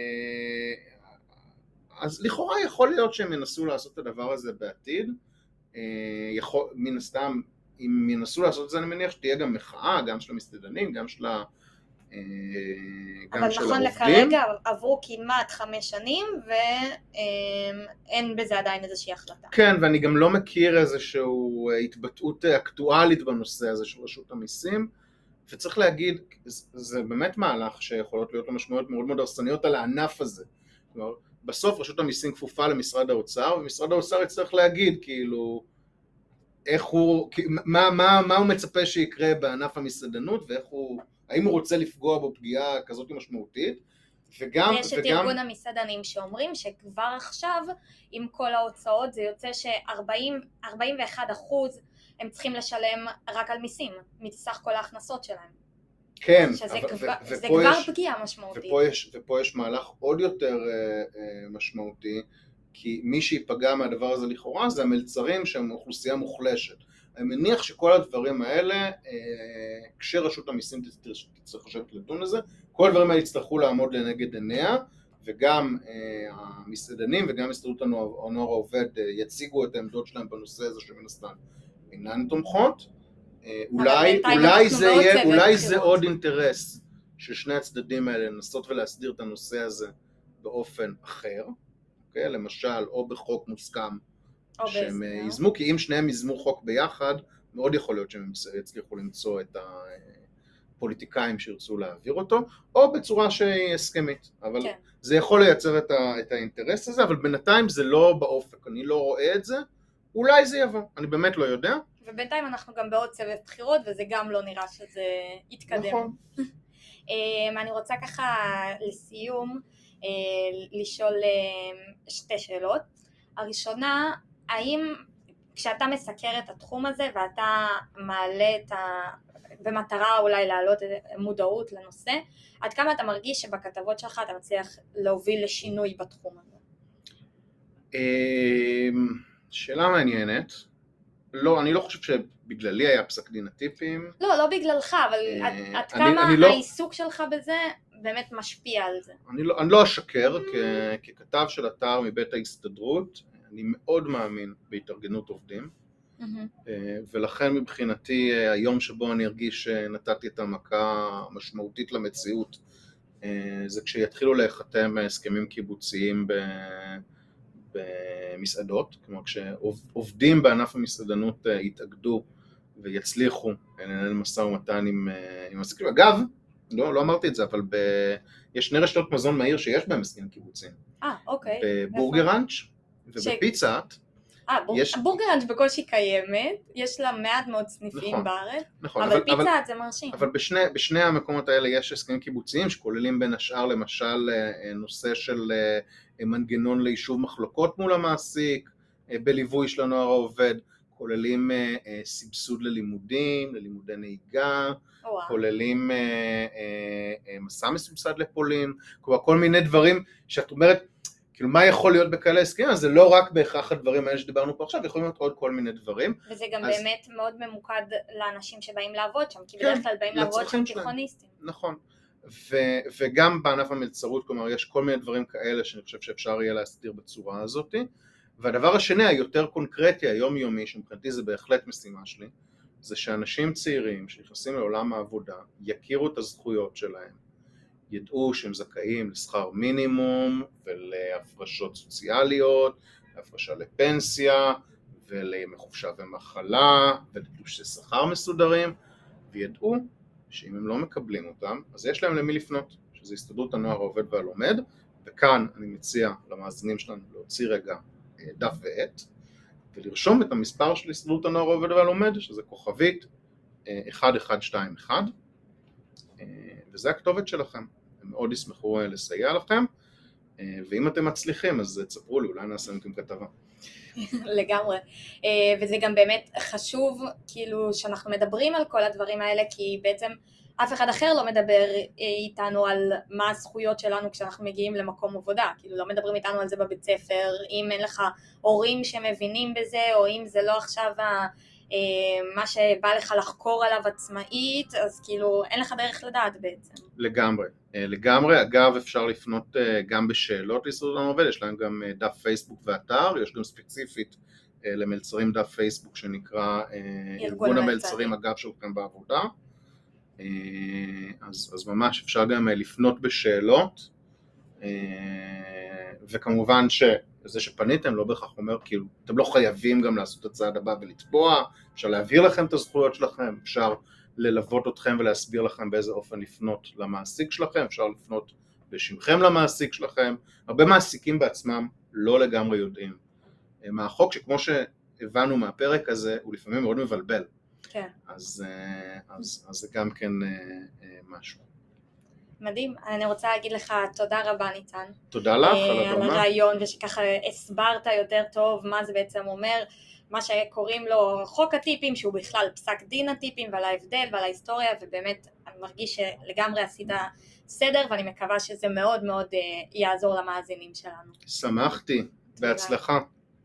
אז לכאורה יכול להיות שהם ינסו לעשות את הדבר הזה בעתיד, מן הסתם, אם ינסו לעשות את זה אני מניח שתהיה גם מחאה, גם של המסעדנים, גם של אבל נכון לכרגע עברו כמעט 5 שנים ואין בזה עדיין איזושהי החלטה. כן, ואני גם לא מכיר איזושהי התבטאות אקטואלית בנושא הזה של רשות המיסים, וצריך להגיד, זה באמת מהלך שיכולות להיות משמעויות מאוד מאוד הרסניות על הענף הזה. כלומר, בסוף רשות המיסים כפופה למשרד האוצר, ומשרד האוצר יצטרך להגיד כאילו איך הוא, מה הוא מצפה שיקרה בענף המסעדנות, ואיך הוא, האם הוא רוצה לפגוע בו פגיעה כזאת משמעותית, ויש את ארגון המסעדנים שאומרים שכבר עכשיו עם כל ההוצאות זה יוצא ש41% הם צריכים לשלם רק על מיסים מסך כל ההכנסות שלהם. כן, שזה כבר פגיעה משמעותית. ופה יש מהלך עוד יותר משמעותי, כי מי שיפגע מהדבר הזה לכאורה זה המלצרים שהם אוכלוסייה מוחלשת. אני מניח שכל הדברים האלה, כשרשות המיסים תצטרך לשבת לדון לזה, כל הדברים האלה יצטרכו לעמוד לנגד עיניה, וגם המסעדנים וגם הסתדרות הנוער העובד יציגו את העמדות שלהם בנושא הזה שמן הסתם אינן תומכות. אולי זה עוד אינטרס של שני הצדדים האלה לנסות ולהסדיר את הנושא הזה באופן אחר, למשל או בחוק מוסכם שהם יזמו, כי אם שניהם יזמו חוק ביחד, מאוד יכול להיות שהם יצליחו למצוא את הפוליטיקאים שירצו להעביר אותו, או בצורה שהיא הסכמית, אבל זה יכול לייצר את האינטרס הזה, אבל בינתיים זה לא באופק, אני לא רואה את זה, אולי זה יבוא, אני באמת לא יודע. ובינתיים אנחנו גם בעוד סבב בחירות, וזה גם לא נראה שזה יתקדם. נכון. אני רוצה ככה לסיום לשאול 2 שאלות. הראשונה, האם כשאתה מסקר את התחום הזה ואתה מעלה במטרה אולי להעלות מודעות לנושא. עד כמה אתה מרגיש שבכתבות שלך אתה מצליח להוביל לשינוי בתחום הזה? שאלה מעניינת. לא, אני לא חושב שבגללי היה פסק דין הטיפים. לא בגללך, אבל עד כמה העיסוק שלך בזה באמת משפיע על זה? אני לא אשקר, ככתב של אתר מבית ההסתדרות, אני מאוד מאמין בהתארגנות עובדים, ולכן מבחינתי היום שבו אני ארגיש שנתתי את המכה המשמעותית למציאות, זה כשיתחילו להיחתם הסכמים קיבוציים במסעדות, כלומר כשעובדים בענף המסעדנות יתאגדו ויצליחו לנהל משא ומתן עם עסקים. אגב, לא אמרתי את זה, אבל יש שני רשתות מזון מהיר שיש בהם הסכמים קיבוציים. אוקיי. בבורגראנץ' ובפיצה האט. בורגראנץ' בקושי קיימת, יש לה מעט מאוד סניפים בארץ, אבל פיצה האט זה מרשים. אבל בשני המקומות האלה יש הסכמים קיבוציים שכוללים בין השאר למשל נושא של מנגנון ליישוב מחלוקות מול המעסיק, בליווי של הנוער העובד, כוללים סבסוד ללימודי נהיגה, כוללים מסע מסובסד לפולין, כל מיני דברים שאת אומרת, כאילו מה יכול להיות בכאלה הסכמים? אז זה לא רק בהכרח הדברים האלה שדיברנו פה עכשיו, יכולים להיות עוד כל מיני דברים. וזה גם באמת מאוד ממוקד לאנשים שבאים לעבוד שם, כי בדרך כלל באים לעבוד שם תיכוניסטים. נכון. וגם בענף המלצרות, כלומר יש כל מיני דברים כאלה שאני חושב שאפשר יהיה להסדיר בצורה הזאת. והדבר השני היותר קונקרטי, היומיומי, שמבחינתי זה בהחלט משימה שלי, זה שאנשים צעירים שנכנסים לעולם העבודה יכירו את הזכויות שלהם, ידעו שהם זכאים לשכר מינימום ולהפרשות סוציאליות, להפרשה לפנסיה ולימי חופשה ומחלה ולתלושי שכר מסודרים, וידעו שאם הם לא מקבלים אותם, אז יש להם למי לפנות, שזה הסתדרות הנוער העובד והלומד, וכאן אני מציע למאזינים שלנו להוציא רגע דף ועט, ולרשום את המספר של הסתדרות הנוער העובד והלומד, שזה כוכבית 1121, וזה הכתובת שלכם. הם מאוד ישמחו לסייע לכם, ואם אתם מצליחים אז תספרו לי, אולי נעשה מכם כתבה. לגמרי, וזה גם באמת חשוב כאילו שאנחנו מדברים על כל הדברים האלה, כי בעצם אף אחד אחר לא מדבר איתנו על מה הזכויות שלנו כשאנחנו מגיעים למקום עבודה, כאילו לא מדברים איתנו על זה בבית ספר, אם אין לך הורים שמבינים בזה, או אם זה לא עכשיו מה שבא לך לחקור עליו עצמאית, אז כאילו אין לך דרך לדעת בעצם. לגמרי, אגב אפשר לפנות גם בשאלות להסתדרות הנוער העובד, יש להם גם דף פייסבוק ואתר, יש גם ספציפית למלצרים דף פייסבוק שנקרא ארגון המלצרים אגב שלכם בעבודה, אז ממש אפשר גם לפנות בשאלות, וכמובן שזה שפניתם לא בהכרח אומר, כאילו אתם לא חייבים גם לעשות את הצעד הבא ולתבוע, אפשר להעביר לכם את הזכויות שלכם, אפשר ללוות אתכם ולהסביר לכם באיזה אופן לפנות למעסיק שלכם, אפשר לפנות בשמכם למעסיק שלכם, הרבה מעסיקים בעצמם לא לגמרי יודעים מהחוק, שכמו שהבנו מהפרק הזה הוא לפעמים מאוד מבלבל. כן. אז זה גם כן משהו. מדהים, אני רוצה להגיד לך תודה רבה ניצן. תודה לך על הבמה. על הרעיון, ושככה הסברת יותר טוב מה זה בעצם אומר, מה שקוראים לו חוק הטיפים, שהוא בכלל פסק דין הטיפים, ועל ההבדל ועל ההיסטוריה, ובאמת אני מרגיש שלגמרי עשית סדר, ואני מקווה שזה מאוד מאוד יעזור למאזינים שלנו. שמחתי, בהצלחה.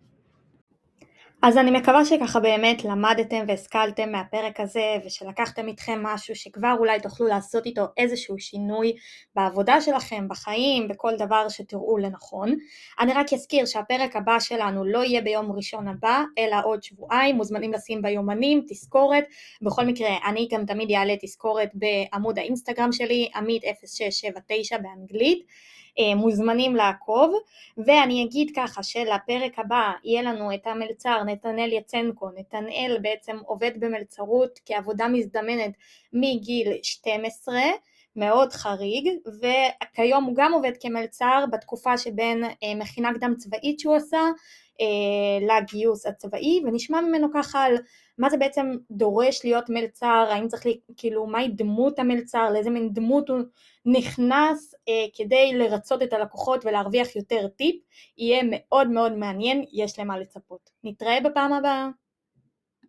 אז אני מקווה שככה באמת למדתם והשכלתם מהפרק הזה, ושלקחתם איתכם משהו שכבר אולי תוכלו לעשות איתו איזשהו שינוי בעבודה שלכם, בחיים, בכל דבר שתראו לנכון. אני רק אזכיר שהפרק הבא שלנו לא יהיה ביום ראשון הבא, אלא עוד שבועיים, מוזמנים לשים ביומנים, תזכורת. בכל מקרה, אני גם תמיד אעלה תזכורת בעמוד האינסטגרם שלי, עמית 0679 באנגלית. מוזמנים לעקוב, ואני אגיד ככה שלפרק הבא יהיה לנו את המלצר נתנאל יצנקו. נתנאל בעצם עובד במלצרות כעבודה מזדמנת מגיל 12, מאוד חריג, וכיום הוא גם עובד כמלצר בתקופה שבין מכינה קדם צבאית שהוא עשה לגיוס הצבאי, ונשמע ממנו ככה על מה זה בעצם דורש להיות מלצר, האם צריך כאילו מהי דמות המלצר, לאיזה מין דמות הוא נכנס כדי לרצות את הלקוחות ולהרוויח יותר טיפ. יהיה מאוד מאוד מעניין, יש למה לצפות. נתראה בפעם הבאה.